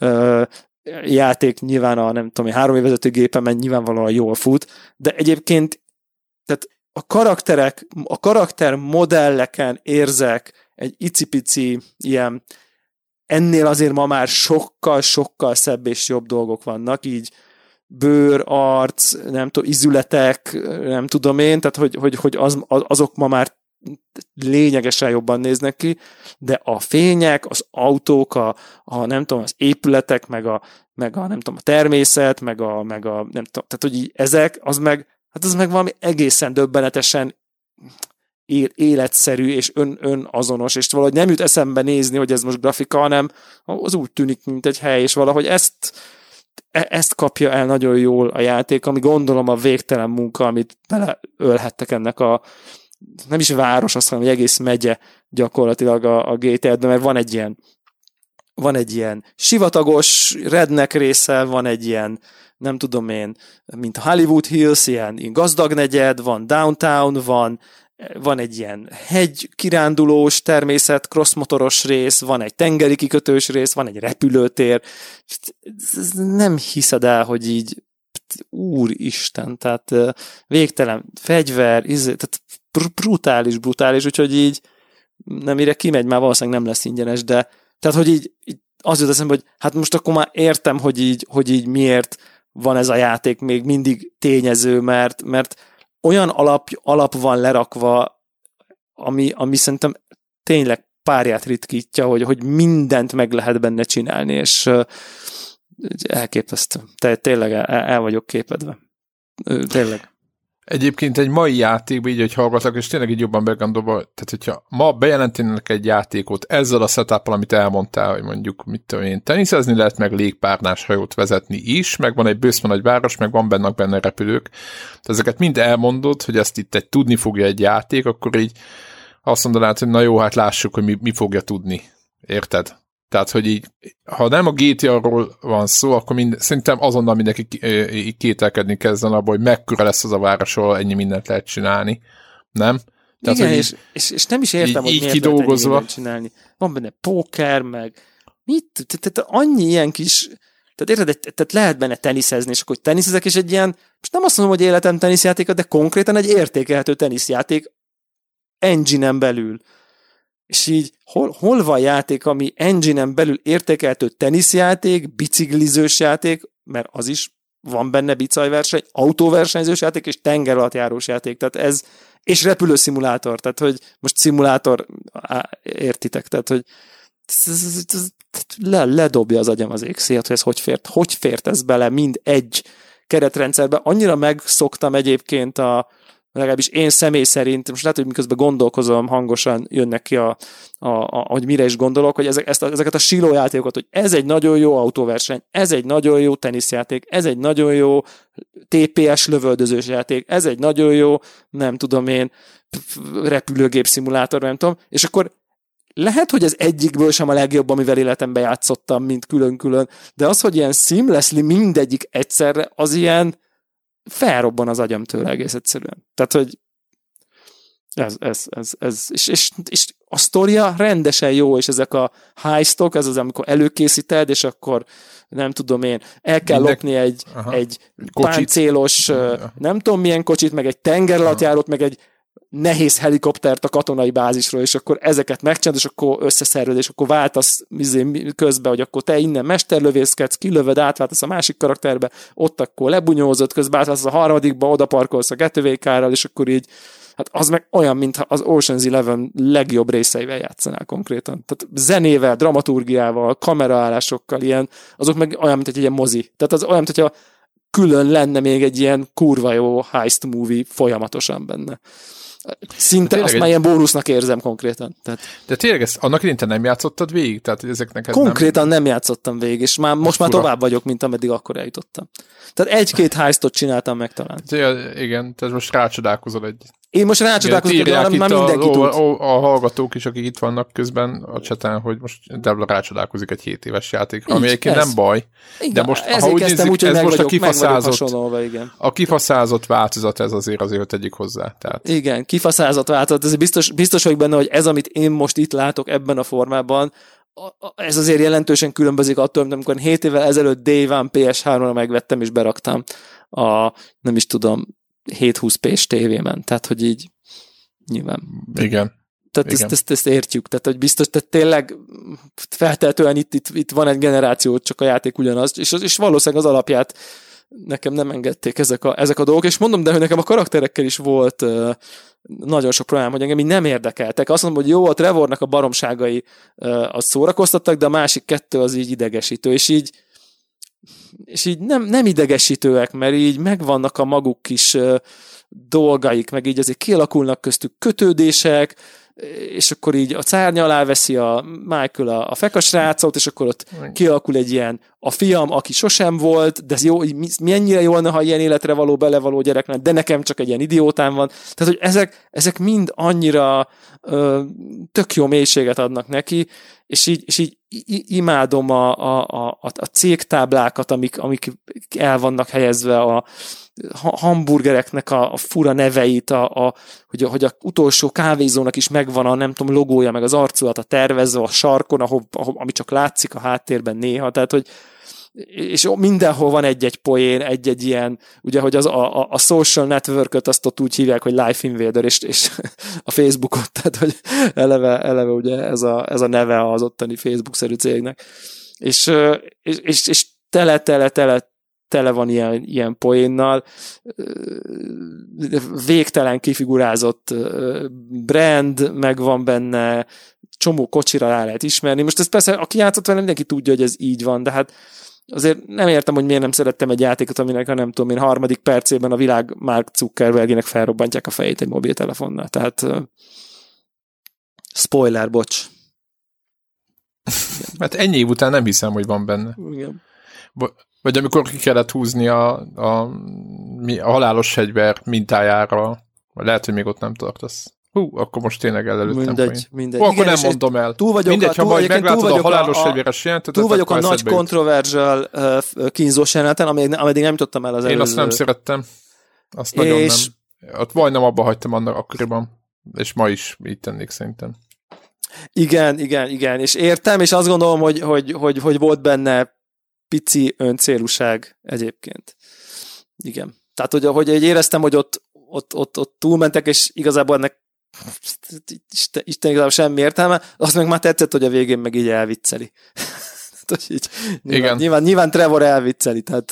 játék, nyilván a nem tudom én, 3 évvel ezelőtti gépemen nyilvánvalóan jól fut, de egyébként tehát a karakter modelleken érzek egy icipici ilyen, ennél azért ma már sokkal szebb és jobb dolgok vannak, így bőr, arc, nem tudom, izületek, nem tudom én, tehát hogy azok ma már lényegesen jobban néznek ki, de a fények, az autók, a nem tudom, az épületek, meg a nem tudom, a természet, meg a nem tudom, tehát hogy így ezek, az meg valami egészen döbbenetesen életszerű és önazonos, és valahogy nem jut eszembe nézni, hogy ez most grafika, hanem az úgy tűnik, mint egy hely, és valahogy ezt kapja el nagyon jól a játék, ami gondolom a végtelen munka, amit beleölhettek ennek a nem is város, azt mondom, hogy egész megye gyakorlatilag a GTA-ben, mert van egy ilyen sivatagos redneck része, van egy ilyen, nem tudom én, mint a Hollywood Hills, ilyen gazdag negyed, van downtown, van egy ilyen hegy kirándulós természet, crossmotoros rész, van egy tengeri kikötős rész, van egy repülőtér. Nem hiszed el, hogy így úristen, tehát végtelen fegyver, tehát brutális, úgyhogy így mire kimegy, már valószínűleg nem lesz ingyenes, de tehát, hogy így az jut eszembe, hogy hát most akkor már értem, hogy így miért van ez a játék még mindig tényező, mert olyan alap van lerakva, ami szerintem tényleg párját ritkítja, hogy mindent meg lehet benne csinálni, és elképesztő. Tényleg el vagyok képedve. Tényleg. Egyébként egy mai játékban, így, hogy hallgatlak, és tényleg így jobban begondolva, tehát hogyha ma bejelentenek egy játékot ezzel a setup-al, amit elmondtál, hogy mondjuk, mit tudom én, teniszezni lehet, meg légpárnás hajót vezetni is, meg van egy bőszme nagy város, meg van benne repülők. Tehát ezeket mind elmondod, hogy ezt itt tudni fogja egy játék, akkor így azt mondanád, hogy na jó, hát lássuk, hogy mi fogja tudni. Érted? Tehát, hogy így, ha nem a GTA-ról van szó, akkor szerintem azonnal mindenki kételkedni kezden abban, hogy mekkora lesz az a város, ahol ennyi mindent lehet csinálni. Nem? Tehát, igen, és nem is értem, hogy miért lehet ennyi mindent csinálni. Van benne póker, meg mit? Tehát annyi ilyen kis... Tehát érted, tehát lehet benne teniszezni, és akkor teniszezek, és egy ilyen... Most nem azt mondom, hogy életem teniszjátéka, de konkrétan egy értékelhető teniszjáték engine-en belül. És így hol van játék, ami engine-en belül értékelhető teniszjáték, biciklizős játék, mert az is van benne bicajverseny, autóversenyzős játék és tengeralattjárós játék. Tehát ez, és repülőszimulátor, tehát hogy most szimulátor értitek, tehát hogy ledobja az agyam az égszéjat, hogy ez hogy fért ez bele mind egy keretrendszerbe. Annyira megszoktam egyébként legalábbis én személy szerint, most lehet, hogy miközben gondolkozom, hangosan jönnek ki hogy mire is gondolok, hogy ezeket a silójátékokat, hogy ez egy nagyon jó autóverseny, ez egy nagyon jó teniszjáték, ez egy nagyon jó TPS lövöldözős játék, ez egy nagyon jó, nem tudom én, repülőgép szimulátor, nem tudom, és akkor lehet, hogy ez egyikből sem a legjobb, amivel életemben játszottam, mint külön-külön, de az, hogy ilyen seamlessly mindegyik egyszerre, az ilyen felrobban az agyam tőle egész egyszerűen. Tehát, hogy ez és a sztoria rendesen jó, és ezek a heistok, ez az, amikor előkészíted, és akkor nem tudom én, el kell lopni egy páncélos, nem tudom milyen kocsit, meg egy tengeralattjárót, meg egy nehéz helikoptert a katonai bázisról, és akkor ezeket megcsinálod, és akkor összeszerved, és akkor váltasz közben, hogy akkor te innen mesterlövészkedsz, kilövöd, átváltasz a másik karakterbe, ott akkor lebunyózod, közben átváltasz a harmadikba, oda parkolsz a getővékárral, és akkor így, hát az meg olyan, mintha az Ocean's Eleven legjobb részeivel játszanál konkrétan. Tehát zenével, dramaturgiával, kameraállásokkal, ilyen, azok meg olyan, mint egy ilyen mozi. Tehát az olyan, mint hogyha külön lenne még egy ilyen kurva jó heist movie folyamatosan benne. Szinte azt már ilyen bónusznak érzem konkrétan. Tehát, de tényleg ezt annak idején te nem játszottad végig? Tehát ezeknek konkrétan nem játszottam végig, és most már tovább vagyok, mint ameddig akkor eljutottam. Tehát egy-két heistot csináltam meg talán. Igen, tehát most rácsodálkozol egy... Én most rácsodálkozok, de már mindenki tud. A hallgatók is, akik itt vannak közben a cseten, hogy most Debla rácsodálkozik egy 7 éves játékra, ami egyébként nem baj. Igen, de most, ha úgy nézzük, ez most a kifaszázott változat, ez azért tegyük hozzá. Tehát. Igen, kifaszázott változat, ez biztos vagyok benne, hogy ez, amit én most itt látok ebben a formában, ez azért jelentősen különbözik attól, mint amikor 7 évvel ezelőtt Day One PS3-ra megvettem és beraktam nem is tudom, 720p-s tévében. Tehát, hogy így nyilván. Igen. Tehát ezt értjük. Tehát, hogy biztos, tehát tényleg feltehetően itt van egy generáció, csak a játék ugyanaz, és valószínűleg az alapját nekem nem engedték ezek a dolgok, és mondom, de hogy nekem a karakterekkel is volt nagyon sok problémám, hogy engem így nem érdekeltek. Azt mondom, hogy jó, a Trevornak a baromságai az szórakoztattak, de a másik kettő az így idegesítő, és így nem idegesítőek, mert így megvannak a maguk kis dolgaik, meg így azért kialakulnak köztük kötődések, és akkor így a szárnya alá veszi a Michael a fekasrácot, és akkor ott kialakul egy ilyen a fiam, aki sosem volt, de ez jó, mennyire jó lenne, ha ilyen életre belevaló gyerek lenne, de nekem csak egy ilyen idiótám van. Tehát, hogy ezek mind annyira tök jó mélységet adnak neki, és így imádom a cégtáblákat, amik el vannak helyezve, a hamburgereknek a fura neveit, hogy a utolsó kávézónak is megvan a nem tudom logója, meg az arculata tervezve a sarkon, ami csak látszik a háttérben néha, tehát hogy és mindenhol van egy-egy poén, egy-egy ilyen, ugye, hogy az a social network-öt azt ott úgy hívják, hogy Life Invader, és a Facebookot, tehát, hogy eleve ugye ez a neve az ottani Facebook-szerű cégnek. És tele van ilyen poénnal, végtelen kifigurázott brand megvan benne, csomó kocsira rá lehet ismerni. Most ez persze, aki játszott vele, mindenki tudja, hogy ez így van, de hát azért nem értem, hogy miért nem szerettem egy játékot, aminek a nem tudom én 3. percében a világ Mark Zuckerbergének felrobbantják a fejét egy mobiltelefonnal. Tehát spoiler, bocs. Hát ennyi év után nem hiszem, hogy van benne. Igen. Vagy amikor ki kellett húzni a halálos fegyver mintájára, lehet, hogy még ott nem tartasz. Akkor most tényleg előttem. Mindegy. Akkor nem mondom el. Mindegy, ha majd meglátod a halálos fegyveres jelentet. Túl vagyok a nagy controversial kínzós jeleneten, ameddig nem jutottam el az előző. Én azt nem szerettem. Azt nagyon nem. Ott majdnem abba hagytam annak akkoriban. És ma is így tennék szerintem. Igen. És értem, és azt gondolom, hogy volt benne pici öncélúság egyébként. Igen. Tehát, hogy éreztem, hogy ott túlmentek, és igazából ennek Isten igazából semmi értelme, azt meg már tetszett, hogy a végén meg így elvicceli. Nyilván Trevor elvicceli, tehát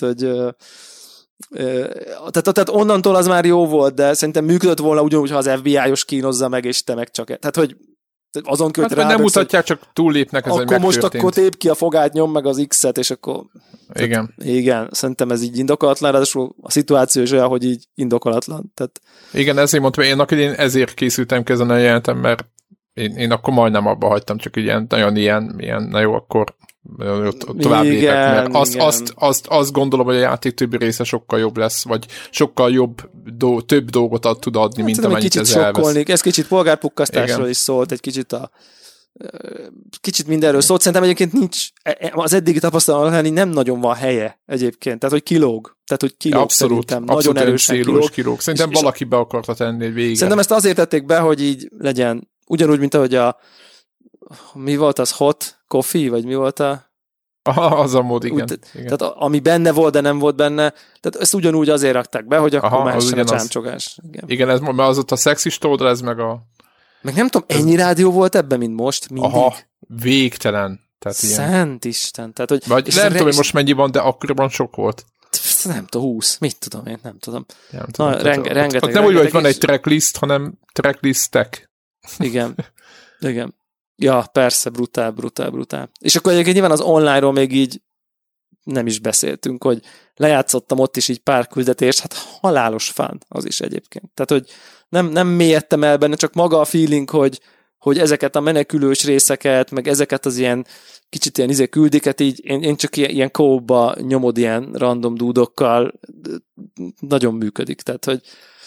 onnantól az már jó volt, de szerintem működött volna ugyanúgy, ha az FBI-os kínozza meg, és te meg csak... Tehát, hogy azon költ rá... Nem mutatják, csak túllépnek, ez, akkor most akkor tép ki a fogát, nyom meg az X-et, és akkor... Igen. Igen, szerintem ez így indokolatlan, ráadásul a szituáció is olyan, hogy így indokolatlan. Tehát... Igen, ezért mondtam, én ezért készültem ki ezen a jelenetem, mert én akkor majdnem abba hagytam, csak nagyon ilyen, na jó, akkor ott tovább lépek, mert azt gondolom, hogy a játék többi része sokkal jobb lesz, vagy sokkal több dolgot tud adni, mint amennyit ez elvesz. Ez kicsit polgárpukkasztásról is szólt, egy kicsit mindenről szólt. Szerintem egyébként nincs, az eddigi tapasztalat nem nagyon van helye egyébként, tehát hogy kilóg. Abszolút, nagyon erősen kilóg. Szerintem valaki be akarta tenni egy végig. Szerintem ezt azért tették be, hogy így legyen, ugyanúgy, mint ahogy mi volt az hot coffee, vagy mi volt az a mód, igen. Tehát ami benne volt, de nem volt benne, tehát ezt ugyanúgy azért rakták be, hogy akkor mehessen a csámcsogás. Igen, ez az ott a szexista oldal, ez meg a... Meg nem tudom, ennyi rádió volt ebben, mint most, mindig. Végtelen. Tehát Szent Isten. Tehát, hogy, vagy nem tudom, hogy most mennyi van, de akkoriban sok volt. Nem tudom, 20. Mit tudom én, nem tudom. Rengeteg. Ott nem úgy, hogy van egy tracklist, hanem tracklistek. Igen. Ja, persze, brutál. És akkor egyébként nyilván az online-ról még így nem is beszéltünk, hogy lejátszottam ott is így pár küldetést, hát halálos fán az is egyébként. Tehát, hogy nem mélyedtem el benne, csak maga a feeling, hogy ezeket a menekülős részeket, meg ezeket az ilyen kicsit ilyen küldiket így, én csak ilyen co-ba nyomod ilyen random dúdokkal, nagyon működik. Tehát, hogy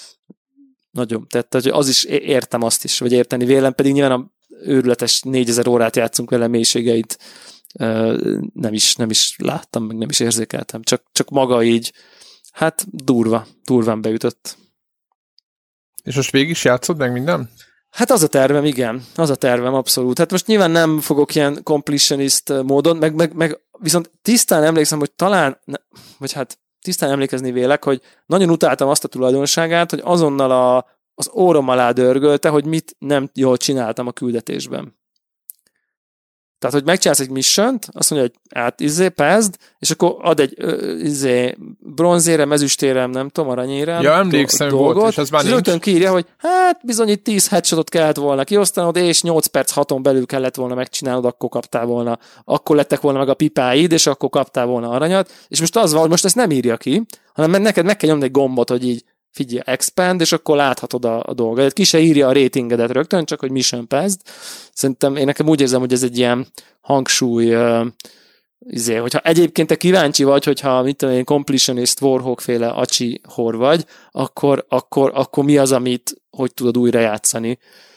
hogy az is értem azt is, vagy érteni vélem, pedig nyilván a őrületes 4000 órát játszunk vele mélységeit, nem is láttam, meg nem is érzékeltem. Csak maga így, hát durván beütött. És most végig is játszod meg minden? Hát az a tervem, igen. Az a tervem, abszolút. Hát most nyilván nem fogok ilyen completionist módon, meg viszont tisztán emlékszem, hogy tisztán emlékezni vélek, hogy nagyon utáltam azt a tulajdonságát, hogy azonnal az órom alá dörgölte, hogy mit nem jól csináltam a küldetésben. Tehát, hogy megcsinálsz egy missiont, azt mondja, hogy pázd, és akkor ad egy bronzérem, ezüstérem, nem tudom, aranyérem. Ja, emlékszem dolgot, volt, és ez már nincs. Rögtön kiírja, hogy hát bizony itt 10 headshotot kellett volna kiosztanod, és 8 perc 6-on belül kellett volna megcsinálnod, akkor lettek volna meg a pipáid, és akkor kaptál volna aranyat. És most az van, hogy most ezt nem írja ki, hanem neked meg kell nyomni egy gombot, hogy így figyelj, expand, és akkor láthatod a dolgot. Ki se írja a ratingedet rögtön, csak hogy mission passed. Szerintem én nekem úgy érzem, hogy ez egy ilyen hangsúly, hogyha egyébként te kíváncsi vagy, hogyha mit tudom én, completionist, Warhawk-féle acsi hor vagy, akkor mi az, amit hogy tudod újra játszani.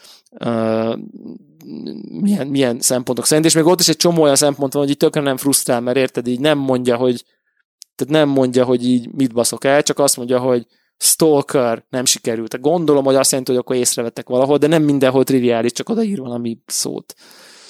Milyen szempontok szerint, és még ott is egy csomó olyan szempont van, hogy így tökre nem frusztrál, mert érted, így nem mondja, hogy így mit baszok el, csak azt mondja, hogy stalker, nem sikerült. Gondolom, hogy azt jelenti, hogy akkor észrevettek valahol, de nem mindenhol triviális, csak odaír valami szót.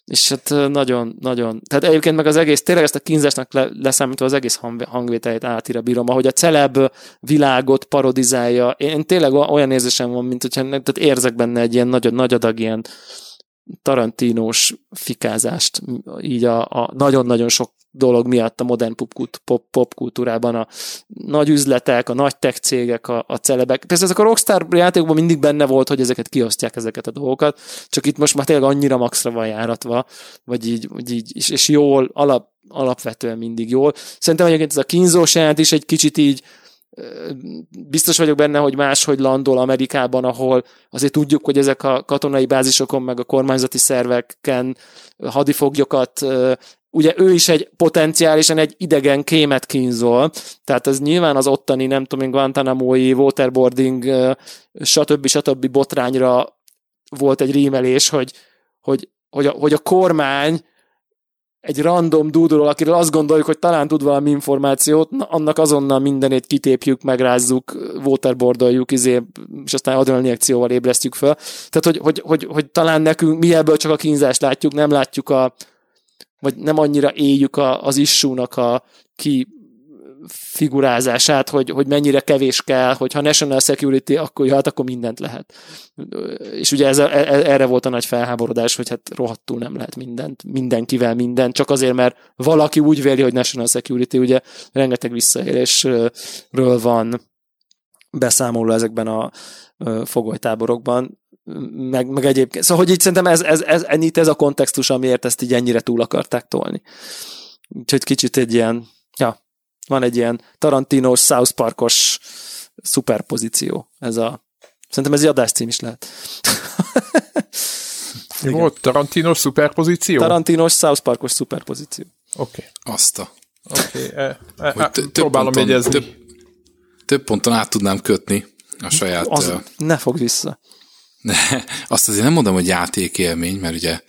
És hát nagyon, tehát egyébként meg az egész, tényleg ezt a kínzásnak leszámítva az egész hangvételét átira bírom, ahogy a celeb világot parodizálja. Én tényleg olyan érzésem van, mint hogyha tehát érzek benne egy ilyen nagy adag ilyen Tarantinós fikázást, így a nagyon-nagyon sok dolog miatt a modern popkultúrában, a nagy üzletek, a nagy tech cégek, a celebek. Persze ezek a Rockstar játékokban mindig benne volt, hogy ezeket kiosztják ezeket a dolgokat, csak itt most már tényleg annyira maxra van járatva, vagy így és jól, alapvetően mindig jól. Szerintem egyébként ez a kínzós jelent is egy kicsit így biztos vagyok benne, hogy máshogy landol Amerikában, ahol azért tudjuk, hogy ezek a katonai bázisokon, meg a kormányzati szerveken hadifoglyokat, ugye ő is egy potenciálisan egy idegen kémet kínzol, tehát ez nyilván az ottani, nem tudom én, Guantanamo-i waterboarding, stb. Botrányra volt egy rímelés, hogy a kormány egy random dúdról, akiről azt gondoljuk, hogy talán tud valami információt, annak azonnal mindenét kitépjük, megrázzuk, waterboardoljuk, és aztán adrenalinjekcióval ébresztjük fel. Tehát, hogy talán nekünk mi ebből csak a kínzást látjuk, nem látjuk vagy nem annyira éljük az issue-nak a kifigurázását, hogy mennyire kevés kell, hogyha National Security, akkor mindent lehet. És ugye erre volt a nagy felháborodás, hogy hát rohadtul nem lehet mindenkivel mindent, csak azért, mert valaki úgy véli, hogy National Security, ugye rengeteg visszaélésről van beszámoló ezekben a fogolytáborokban, meg egyébként. Szóval, hogy így szerintem ez a kontextus, amiért ezt így ennyire túl akarták tolni. Úgyhogy kicsit egy ilyen, van egy ilyen Tarantinos, South Parkos szuperpozíció. Szerintem ez egy adáscím is lehet. Mi volt? Tarantinos szuperpozíció? Tarantinos, South Parkos szuperpozíció. Oké. Azta. Oké. Próbálom jegyezni. Több ponton át tudnám kötni a saját... Ne fogd vissza. Azt azért nem mondom, hogy játékélmény, mert ugye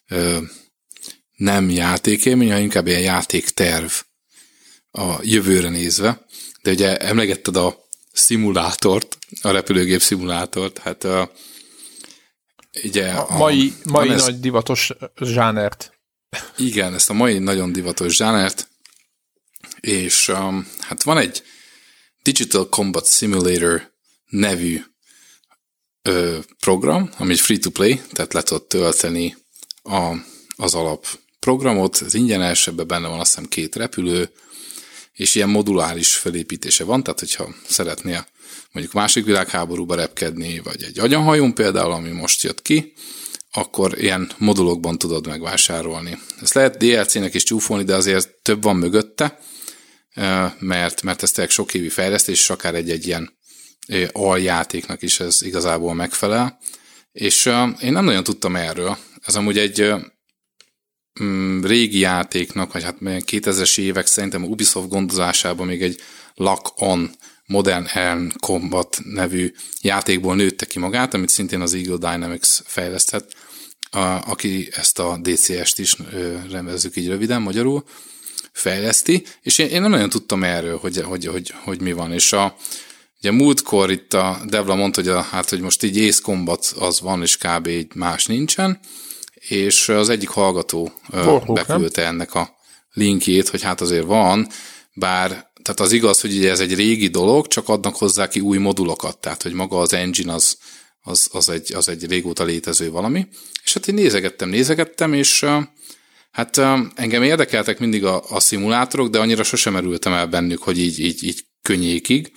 nem játékélmény, hanem inkább ilyen játékterv a jövőre nézve. De ugye emlegetted a szimulátort, a repülőgép szimulátort, hát ugye... A mai nagy divatos zsánert. Igen, ezt a mai nagyon divatos zsánert, és hát van egy Digital Combat Simulator nevű program, ami egy free-to-play, tehát le tudod tölteni az alapprogramot, ez ingyenes, ebben benne van azt hiszem 2 repülő, és ilyen moduláris felépítése van, tehát hogyha szeretnél mondjuk másik világháborúba repkedni, vagy egy agyonhajón például, ami most jött ki, akkor ilyen modulokban tudod megvásárolni. Ezt lehet DLC-nek is csúfolni, de azért több van mögötte, mert ez tényleg sok évi fejlesztés, és akár egy ilyen aljátéknak is ez igazából megfelel. És én nem nagyon tudtam erről. Ez amúgy egy régi játéknak, vagy hát 2000-es évek szerintem a Ubisoft gondozásában még egy Lock On Modern Air Combat nevű játékból nőtte ki magát, amit szintén az Eagle Dynamics fejlesztett, aki ezt a DCS-t is, nevezzük így röviden, magyarul, fejleszti, és én nem nagyon tudtam erről, hogy mi van, és ugye múltkor itt a Devla mondta, hogy most így Ace Combat az van, és kb. Így más nincsen, és az egyik hallgató beküldte ennek a linkjét, hogy hát azért van, bár tehát az igaz, hogy ugye ez egy régi dolog, csak adnak hozzá ki új modulokat, tehát hogy maga az engine az egy régóta létező valami, és hát én nézegettem, és hát engem érdekeltek mindig a szimulátorok, de annyira sosem merültem el bennük, hogy így könnyékig.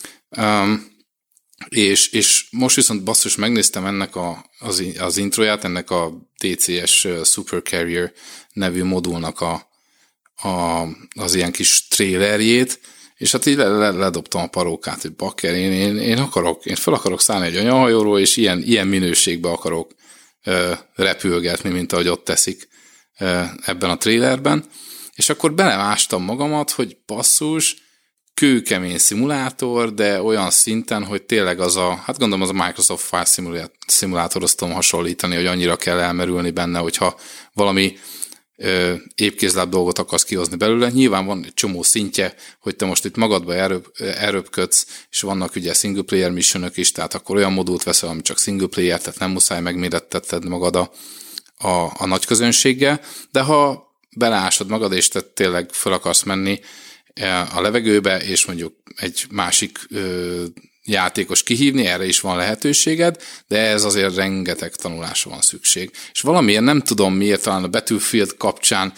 És most viszont basszus megnéztem ennek az introját, ennek a DCS Super Carrier nevű modulnak az ilyen kis trailerjét, és hát így ledobtam a parókát, hogy bakker, én fel akarok szállni egy anyahajóról, és ilyen minőségbe akarok repülgetni, mint ahogy ott teszik ebben a trailerben, és akkor belemástam magamat, hogy basszus, kőkemény szimulátor, de olyan szinten, hogy tényleg hát gondolom az a Microsoft Flight Simulatorhoz tudom hasonlítani, hogy annyira kell elmerülni benne, hogyha valami épkézláb dolgot akarsz kihozni belőle. Nyilván van egy csomó szintje, hogy te most itt magadba elröpködsz, és vannak ugye single player missionök is, tehát akkor olyan modult veszel, ami csak single player, tehát nem muszáj megmérettetted magad a nagy közönséggel, de ha beleásod magad, és te tényleg fel akarsz menni a levegőbe, és mondjuk egy másik játékos kihívni, erre is van lehetőséged, de ez azért rengeteg tanulásra van szükség. És valamiért nem tudom miért, talán a Battlefield kapcsán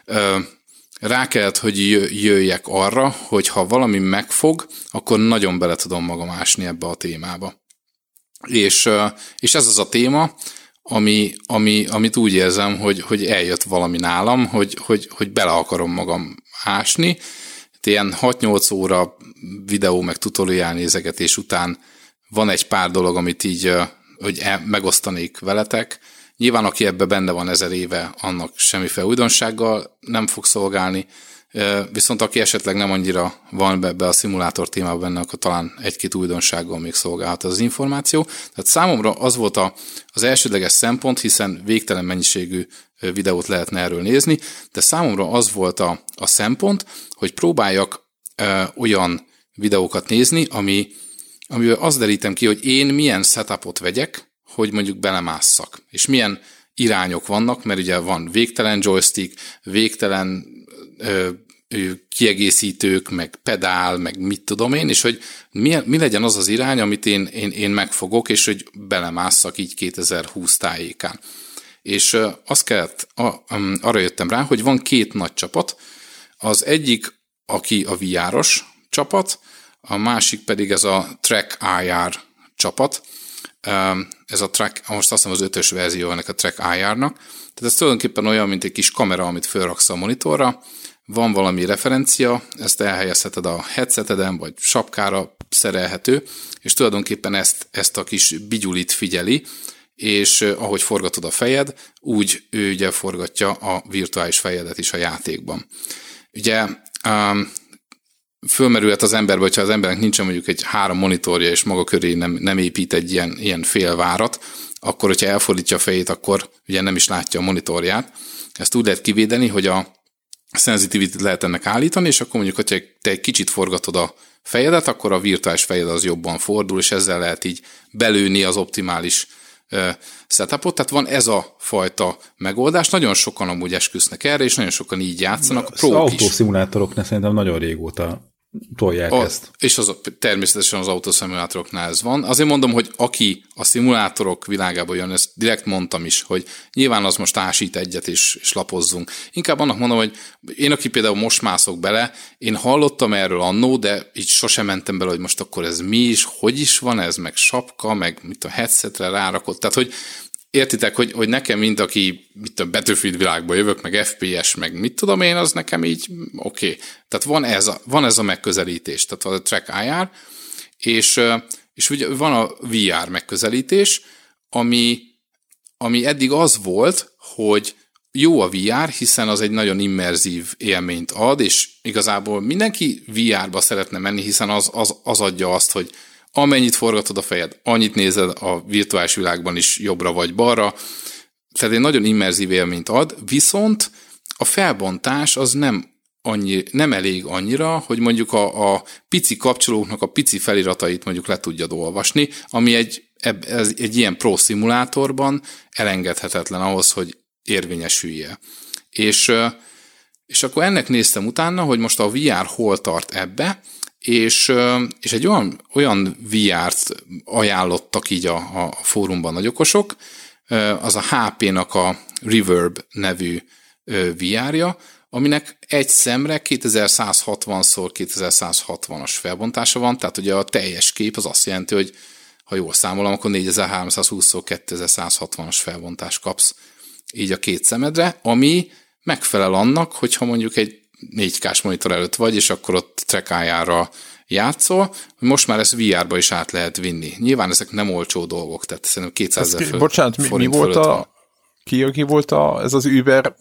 rá kellett, hogy jöjjek arra, hogy ha valami megfog, akkor nagyon bele tudom magam ásni ebbe a témába. És ez az a téma, amit úgy érzem, hogy eljött valami nálam, hogy bele akarom magam ásni. Ilyen 6-8 óra videó meg tutoriál nézegetés után van egy pár dolog, amit így hogy megosztanék veletek. Nyilván, aki ebbe benne van 1000 éve, annak semmiféle újdonsággal nem fog szolgálni, viszont aki esetleg nem annyira van be a szimulátor témában benne, akkor talán egy-két újdonsággal még szolgálhat az információ. Tehát számomra az volt az elsődleges szempont, hiszen végtelen mennyiségű videót lehetne erről nézni, de számomra az volt a szempont, hogy próbáljak olyan videókat nézni, amivel azt derítem ki, hogy én milyen setupot vegyek, hogy mondjuk belemásszak. És milyen irányok vannak, mert ugye van végtelen joystick, végtelen kiegészítők, meg pedál, meg mit tudom én, és hogy mi legyen az az irány, amit én megfogok, és hogy belemásszak így 2020 tájékán. És azt kellett, arra jöttem rá, hogy van 2 nagy csapat, az egyik, aki a VR-os csapat, a másik pedig ez a Track IR csapat. Ez a Track, most azt hiszem az 5-ös verzió ennek a Track IR-nak. Tehát ez tulajdonképpen olyan, mint egy kis kamera, amit felraksz a monitorra, van valami referencia, ezt elhelyezheted a headseteden, vagy sapkára szerelhető, és tulajdonképpen ezt a kis bigyulit figyeli, és ahogy forgatod a fejed, úgy ő ugye forgatja a virtuális fejedet is a játékban. Ugye fölmerülhet az emberbe, hogyha az embernek nincsen mondjuk egy 3 monitorja, és maga köré nem épít egy ilyen félvárat, akkor, hogyha elfordítja a fejét, akkor ugye nem is látja a monitorját. Ezt úgy lehet kivédeni, hogy a sensitivity-t lehet ennek állítani, és akkor mondjuk, hogyha te egy kicsit forgatod a fejedet, akkor a virtuális fejed az jobban fordul, és ezzel lehet így belőni az optimális setupot. Tehát van ez a fajta megoldás. Nagyon sokan amúgy esküsznek erre, és nagyon sokan így játszanak. Az autószimulátoroknál szerintem nagyon régóta tolják ezt. És természetesen az autószimulátoroknál ez van. Azért mondom, hogy aki a szimulátorok világába jön, ezt direkt mondtam is, hogy nyilván az most ásít egyet és lapozzunk. Inkább annak mondom, hogy én, aki például most mászok bele, én hallottam erről annó, de így sosem mentem bele, hogy most akkor ez mi is, hogy is van ez, meg sapka, meg mit a headsetre rárakott. Tehát, hogy értitek, hogy nekem, mint aki a Battlefield világba jövök, meg FPS, meg mit tudom én, az nekem így oké. Tehát van ez a megközelítés, tehát van a Track IR, és ugye van a VR megközelítés, ami eddig az volt, hogy jó a VR, hiszen az egy nagyon immerzív élményt ad, és igazából mindenki VR-ba szeretne menni, hiszen az adja azt, hogy amennyit forgatod a fejed, annyit nézed a virtuális világban is jobbra vagy balra, tehát egy nagyon immerzív élményt ad, viszont a felbontás az nem elég annyira, hogy mondjuk a pici kapcsolóknak a pici feliratait mondjuk le tudjad olvasni, ami egy ilyen pro szimulátorban elengedhetetlen ahhoz, hogy érvényesülje. És akkor ennek néztem utána, hogy most a VR hol tart ebbe, és egy olyan VR-t ajánlottak így a fórumban nagyokosok, az a HP-nak a Reverb nevű VR-ja, aminek egy szemre 2160x2160-as felbontása van, tehát ugye a teljes kép az azt jelenti, hogy ha jól számolom, akkor 4320x2160-as felbontást kapsz így a 2 szemedre, ami megfelel annak, hogyha mondjuk egy 4K-s monitor előtt vagy, és akkor ott Track IR-ra játszol, hogy most már ezt VR-ba is át lehet vinni. Nyilván ezek nem olcsó dolgok, tehát szerintem 200 000 bocsánat, mi volt ki volt ez az Uber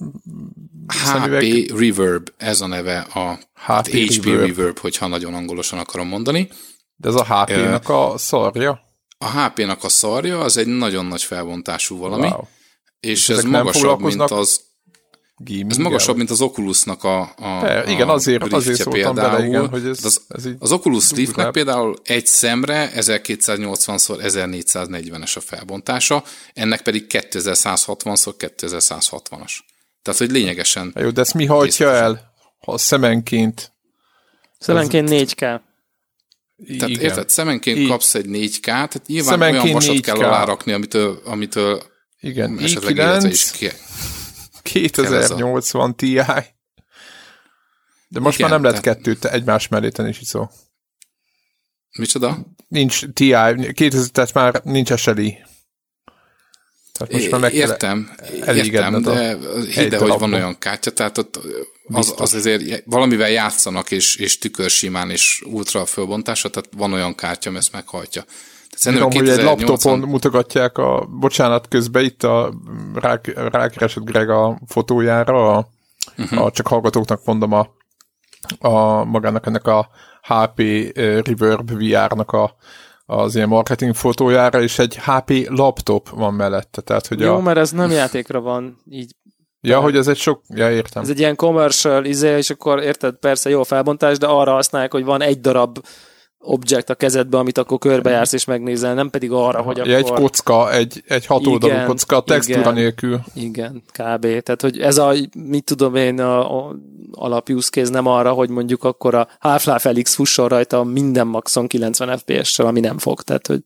HP Reverb, ez a neve, a HP Reverb, hogyha nagyon angolosan akarom mondani. De ez a HP-nak a szarja? A HP-nak a szarja, az egy nagyon nagy felbontású valami, wow. És ez ezek magasabb, mint az... gaming. Ez magasabb, mint az Oculusnak igen, azért szóltam bele, igen, hogy ez így az Oculus Riftnek például egy szemre 1280x1440-es a felbontása, ennek pedig 2160x2160-as. Tehát, hogy lényegesen... Jó, de ezt mi hajtja el, ha szemenként... Szemenként 4K. Tehát igen. érted, szemenként kapsz egy 4K, tehát nyilván szemenként olyan vasat kell alárakni, amitől igen, esetleg élete is 2080 Ti. De most igen, már nem lehet kettőt egymás mellé tenni, is szó. Micsoda? Nincs Ti, 2000, tehát már nincs SLI. Tehát most már értem, de hidd el, hogy van olyan kártya, tehát ott az azért valamivel játszanak, és tükörsimán, és ultra fölbontása, tehát van olyan kártya, ami ezt meghajtja. Tudom, hogy egy laptopon mutogatják bocsánat, közben itt rákeresett Greg a fotójára, csak hallgatóknak mondom magának ennek a HP Reverb VR-nak az ilyen marketing fotójára, és egy HP laptop van mellette. Tehát, hogy jó, mert ez nem játékra van így. Ja, hogy ez egy sok... Ja, értem. Ez egy ilyen commercial és akkor érted, persze jó felbontás, de arra használják, hogy van egy darab objekt a kezedbe, amit akkor körbejársz és megnézel, nem pedig arra, hogy akkor... Egy kocka, egy hatoldalú kocka, a textúra nélkül. Igen, kb. Tehát, hogy ez a, mit tudom én, a alap use case nem arra, hogy mondjuk akkor a Half-Life Alyx fusson rajta minden maxon 90 FPS-sel, ami nem fog, tehát, hogy...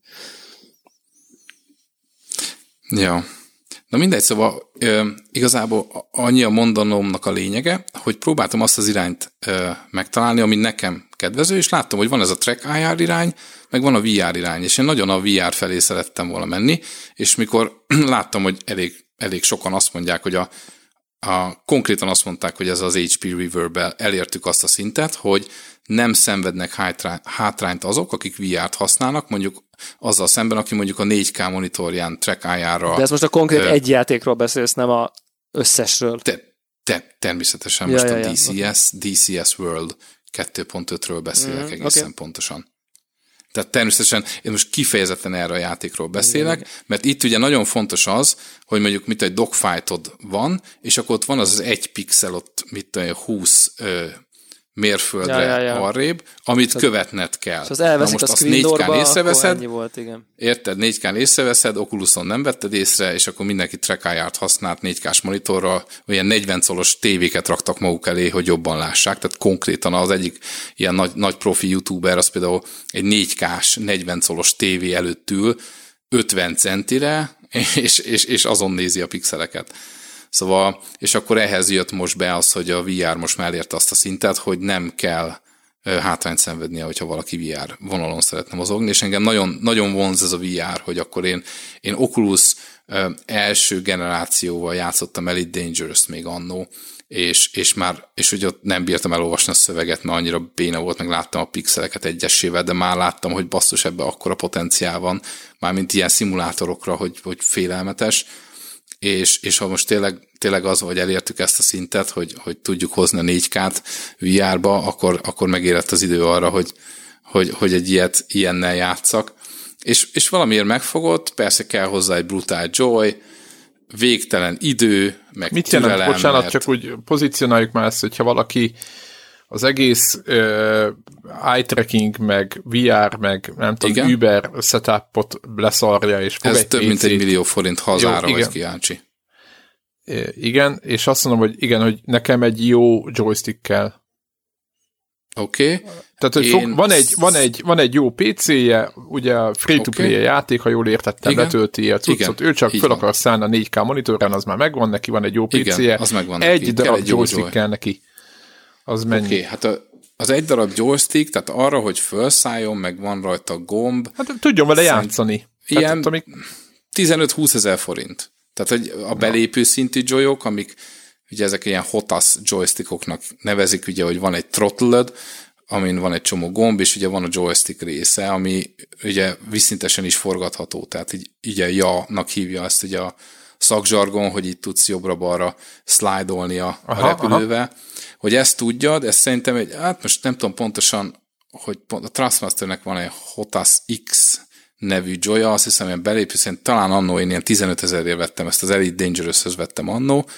Ja. Na mindegy, szóval igazából annyi a mondanomnak a lényege, hogy próbáltam azt az irányt megtalálni, ami nekem kedvező, és láttam, hogy van ez a Track IR irány, meg van a VR irány, és én nagyon a VR felé szerettem volna menni, és mikor láttam, hogy elég sokan azt mondják, hogy konkrétan azt mondták, hogy ez az HP Reverb-bel elértük azt a szintet, hogy nem szenvednek hátrányt azok, akik VR-t használnak, mondjuk azzal szemben, aki mondjuk a 4K monitorján Track IR-ra... De ez most a konkrét egy játékról beszélsz, nem a összesről. Természetesen most a DCS World 2.5-ről beszélek egészen pontosan. Tehát természetesen én most kifejezetten erre a játékról beszélek, mert itt ugye nagyon fontos az, hogy mondjuk mit egy dogfightod van, és akkor ott van az egy pixel, ott mit tudom, 20 mérföldre arrébb, amit követned kell. És az most azt 4K-n észreveszed, volt, igen. Érted? 4K-n észreveszed, Oculuson nem vetted észre, és akkor mindenki Track IR-t használt 4K-s monitorral, olyan 40 colos tévéket raktak maguk elé, hogy jobban lássák, tehát konkrétan az egyik ilyen nagy profi youtuber, az például egy 4K-s 40 colos tévé előtt ül 50 centire, és azon nézi a pixeleket. Szóval, és akkor ehhez jött most be az, hogy a VR most már elérte azt a szintet, hogy nem kell hátrányt szenvednie, hogyha valaki VR vonalon szeretne mozogni, és engem nagyon, nagyon vonz ez a VR, hogy akkor én Oculus első generációval játszottam Elite Dangerous-t még annó, és hogy ott nem bírtam elolvasni a szöveget, mert annyira béna volt, meg láttam a pixeleket egyesével, de már láttam, hogy basszus, ebbe akkora potenciál van, mármint ilyen szimulátorokra, hogy félelmetes, és ha most tényleg az, hogy elértük ezt a szintet, hogy tudjuk hozni a 4K-t VR-ba, akkor megérett az idő arra, hogy egy ilyennel játszak. És valamiért megfogott, persze kell hozzá egy brutál joy, végtelen idő, meg mit jelent? Bocsánat, csak úgy pozícionáljuk már ezt, hogyha valaki az egész eye tracking, meg VR, meg nem tudom, Uber setupot leszarja, és fog ez több mint $1 millió hazára vagy kíváncsi. Igen, és azt mondom, hogy igen, hogy nekem egy jó joystick kell. Oké. Tehát, hogy van egy jó PC-je, ugye a free-to-play játék, ha jól értettem, letölti a cuccot, ő csak fel akar szállni a 4K monitorán, az már megvan neki, van egy jó PC-je, egy darab joystick kell neki. Az mennyi? Oké, hát az egy darab joystick, tehát arra, hogy felszálljon, meg van rajta gomb. Hát tudjon vele játszani. Ilyen 15-20 ezer forint. Tehát, hogy a belépő szintű joyok, amik ugye ezek ilyen HOTAS joystickoknak nevezik, ugye, hogy van egy throttled, amin van egy csomó gomb, és ugye van a joystick része, ami ugye vízszintesen is forgatható, tehát így a ja-nak hívja ezt ugye a szakzsargon, hogy itt tudsz jobbra-balra slide-olni a repülővel. Hogy ezt tudjad, ez szerintem hát most nem tudom pontosan, hogy a Trustmasternek van egy HOTAS X nevű joya, azt hiszem, hogy belépő szerint talán annó én ilyen 15 000-ért vettem, ezt az Elite Dangerous-höz vettem annó,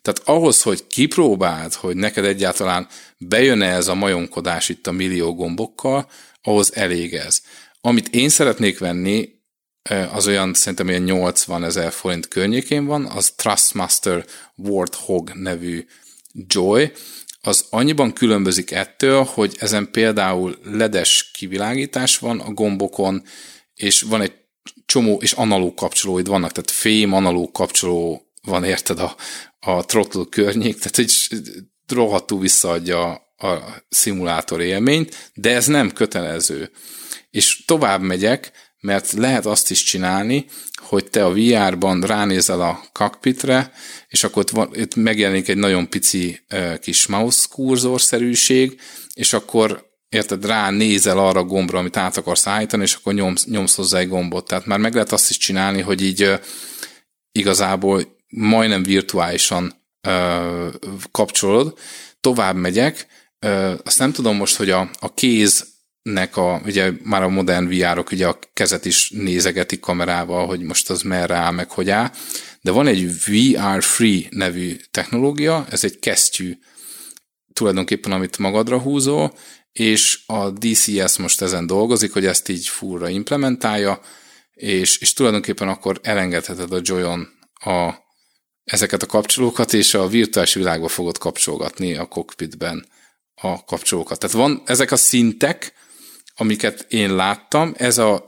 Tehát ahhoz, hogy kipróbáld, hogy neked egyáltalán bejön-e ez a majomkodás itt a millió gombokkal, ahhoz elég ez. Amit én szeretnék venni, az olyan, szerintem olyan 80 000 forint környékén van, az Trustmaster Warthog nevű Joy, az annyiban különbözik ettől, hogy ezen például LED-es kivilágítás van a gombokon, és van egy csomó, és analóg kapcsolóid vannak, tehát fém analóg kapcsoló van, érted, a throttle környék, tehát egy rohadtul visszaadja a szimulátor élményt, de ez nem kötelező. És tovább megyek, mert lehet azt is csinálni, hogy te a VR-ban ránézel a cockpitre, és akkor itt megjelenik egy nagyon pici kis mouse kurzorszerűség, és akkor érted, ránézel arra a gombra, amit át akarsz állítani, és akkor nyomsz hozzá egy gombot. Tehát már meg lehet azt is csinálni, hogy így igazából majdnem virtuálisan kapcsolod. Tovább megyek, azt nem tudom most, hogy a kéznek ugye már a modern VR-ok ugye a kezet is nézegetik kamerával, hogy most az merre áll, meg hogy áll, de van egy VR Free nevű technológia, ez egy kesztyű tulajdonképpen, amit magadra húzol, és a DCS most ezen dolgozik, hogy ezt így fullra implementálja, és tulajdonképpen akkor elengedheted a Joy-on ezeket a kapcsolókat, és a virtuális világba fogod kapcsolgatni a cockpitben a kapcsolókat. Tehát van ezek a szintek, amiket én láttam, ez a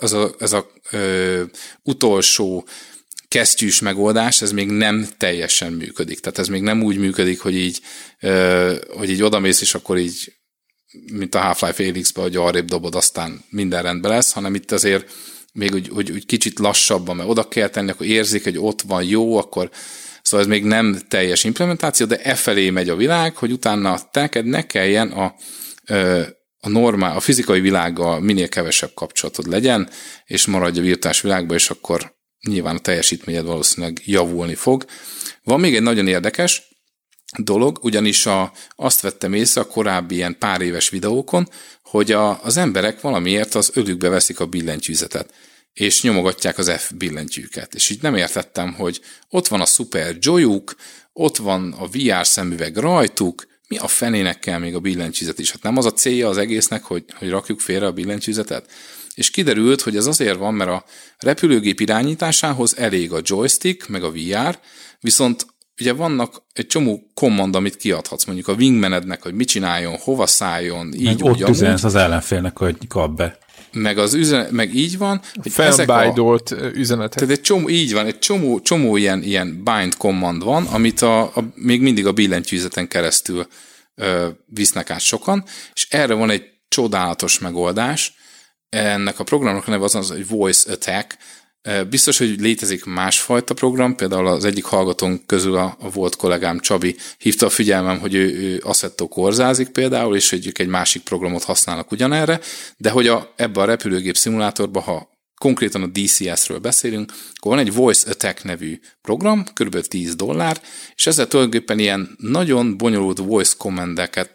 utolsó kesztyűs megoldás, ez még nem teljesen működik. Tehát ez még nem úgy működik, hogy így odamész, és akkor így, mint a Half-Life Alyx-be, hogy arrébb dobod, aztán minden rendben lesz, hanem itt azért még úgy kicsit lassabban, mert oda kell tenni, akkor érzik, hogy ott van jó, akkor szóval ez még nem teljes implementáció, de e felé megy a világ, hogy utána neked ne kelljen a fizikai világgal minél kevesebb kapcsolatod legyen, és maradj a virtuális világban, és akkor nyilván a teljesítményed valószínűleg javulni fog. Van még egy nagyon érdekes dolog, ugyanis azt vettem észre a korábbi ilyen pár éves videókon, hogy az emberek valamiért az ölükbe veszik a billentyűzetet, és nyomogatják az F billentyűket. És így nem értettem, hogy ott van a szuper Joyuk, ott van a VR szemüveg rajtuk, mi a fenének kell még a billentyűzet is? Hát nem az a célja az egésznek, hogy rakjuk félre a billentyűzetet? És kiderült, hogy ez azért van, mert a repülőgép irányításához elég a joystick, meg a VR, viszont ugye vannak egy csomó command, amit kiadhatsz, mondjuk a wingmanednek, hogy mit csináljon, hova szálljon, így ott üzensz az ellenfélnek, hogy kap be. Meg így van, hogy felbájdolt üzenetek. Tehát egy csomó, így van, egy csomó ilyen bind command van, amit még mindig a billentyűzeten keresztül visznek át sokan, és erre van egy csodálatos megoldás. Ennek a programnak a neve az, hogy Voice Attack. Biztos, hogy létezik másfajta program, például az egyik hallgatónk közül a volt kollégám Csabi hívta a figyelmem, hogy ő Assetto Corsázik például, és hogy ők egy másik programot használnak ugyanerre, de hogy ebbe a repülőgép szimulátorba, ha konkrétan a DCS-ről beszélünk, akkor van egy Voice Attack nevű program, kb. $10, és ezzel tulajdonképpen ilyen nagyon bonyolult voice commandeket,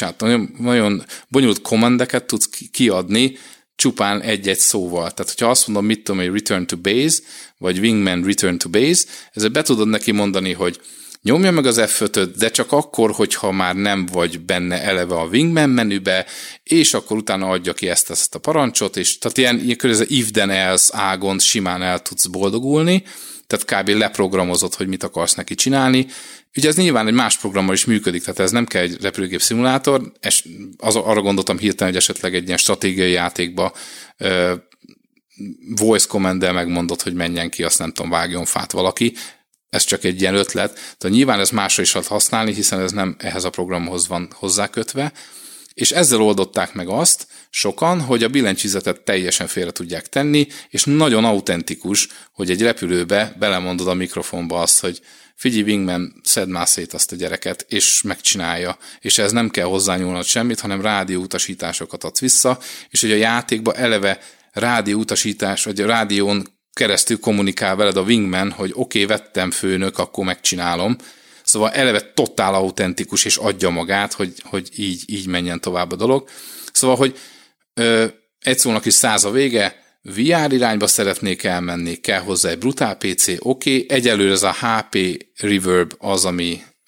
nagyon bonyolult commandeket tudsz kiadni, csupán egy-egy szóval. Tehát, hogyha azt mondom, mit tudom, hogy return to base, vagy wingman return to base, ezzel be tudod neki mondani, hogy nyomja meg az F5-öt, de csak akkor, hogyha már nem vagy benne eleve a wingman menübe, és akkor utána adja ki ezt a parancsot, és tehát ilyen körülbelül if then else ágon simán el tudsz boldogulni, tehát kb. Leprogramozott, hogy mit akarsz neki csinálni. Ugye ez nyilván egy más programmal is működik, tehát ez nem kell egy repülőgép szimulátor, arra gondoltam hirtelen, hogy esetleg egy ilyen stratégiai játékba voice command-del megmondod, hogy menjen ki, azt nem tudom, vágjon fát valaki. Ez csak egy ilyen ötlet. Tehát nyilván ez másra is lehet használni, hiszen ez nem ehhez a programhoz van hozzákötve. És ezzel oldották meg azt sokan, hogy a billentyűzetet teljesen félre tudják tenni, és nagyon autentikus, hogy egy repülőbe belemondod a mikrofonba azt, hogy figyelj, wingman, szedd már szét azt a gyereket, és megcsinálja. És ez nem kell hozzányúlnod semmit, hanem rádióutasításokat adsz vissza, és hogy a játékba eleve rádióutasítás, vagy a rádión keresztül kommunikál veled a wingman, hogy oké, vettem főnök, akkor megcsinálom. Szóval eleve totál autentikus, és adja magát, hogy így menjen tovább a dolog. Szóval, hogy egy szónak is 100 a vége, VR irányba szeretnék elmenni, kell hozzá egy brutál PC, oké, egyelőre ez a HP Reverb az,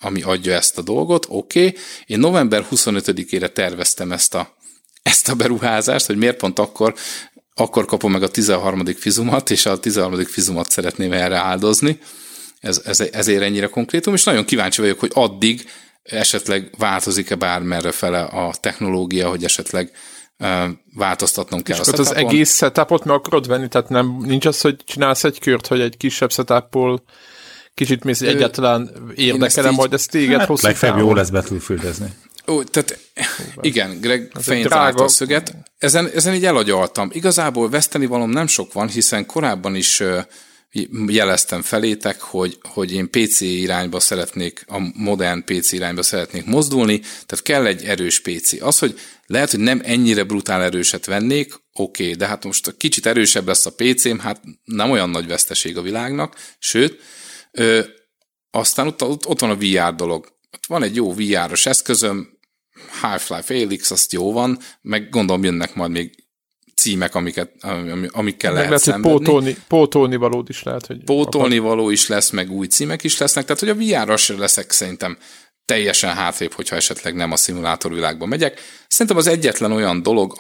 ami adja ezt a dolgot, oké. Én november 25-ére terveztem ezt a beruházást, hogy miért pont akkor kapom meg a 13. fizumat, és a 13. fizumat szeretném erre áldozni. Ezért ennyire konkrétum, és nagyon kíváncsi vagyok, hogy addig esetleg változik-e bármerre fele a technológia, hogy esetleg változtatnom kell és a setupon. az egész setupot meg akarod venni, tehát nincs az, hogy csinálsz egy kört, hogy egy kisebb setupból kicsit mész, hogy egyáltalán érdekel-e majd ezt téged hosszú legfeljebb jó lesz Battlefieldezni. Tehát igen, Greg fején találta a szöget. Ezen így elagyaltam. Igazából vesztenivalóm nem sok van, hiszen korábban is jeleztem felétek, hogy én PC irányba szeretnék, a modern PC irányba szeretnék mozdulni, tehát kell egy erős PC. Az, hogy lehet, hogy nem ennyire brutál erőset vennék, oké, de hát most kicsit erősebb lesz a PC-m, hát nem olyan nagy veszteség a világnak, sőt, aztán ott van a VR dolog. Ott van egy jó VR-os eszközöm, Half-Life Alyx, azt jó van, meg gondolom jönnek majd még címek, amikkel lehet szenvedni. Pótolni valód is lehet, hogy... Pótolni való is lesz, meg új címek is lesznek, tehát hogy a VR-ra sem leszek szerintem teljesen hátrébb, hogyha esetleg nem a szimulátorvilágba megyek. Szerintem az egyetlen olyan dolog,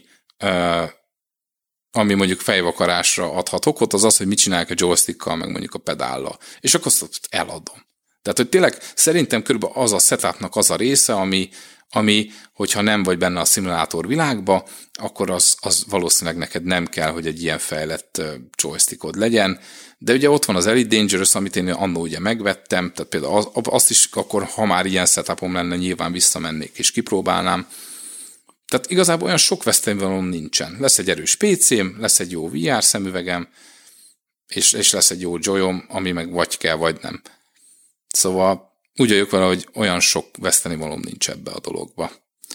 ami mondjuk fejvakarásra adhat okot, az az, hogy mit csinálják a joystickkal, meg mondjuk a pedállal. És akkor azt eladom. Tehát, hogy tényleg szerintem körülbelül az a setupnak az a része, ami, hogyha nem vagy benne a szimulátor világba, akkor az valószínűleg neked nem kell, hogy egy ilyen fejlett joystickod legyen. De ugye ott van az Elite Dangerous, amit én annó ugye megvettem, tehát például azt is akkor, ha már ilyen setupom lenne, nyilván visszamennék és kipróbálnám. Tehát igazából olyan sok vesztenyvalóm nincsen. Lesz egy erős PC-m, lesz egy jó VR szemüvegem, és lesz egy jó joyom, ami meg vagy kell, vagy nem. Szóval úgy vagyok vele, hogy olyan sok vesztenivalóm nincs ebbe a dologba.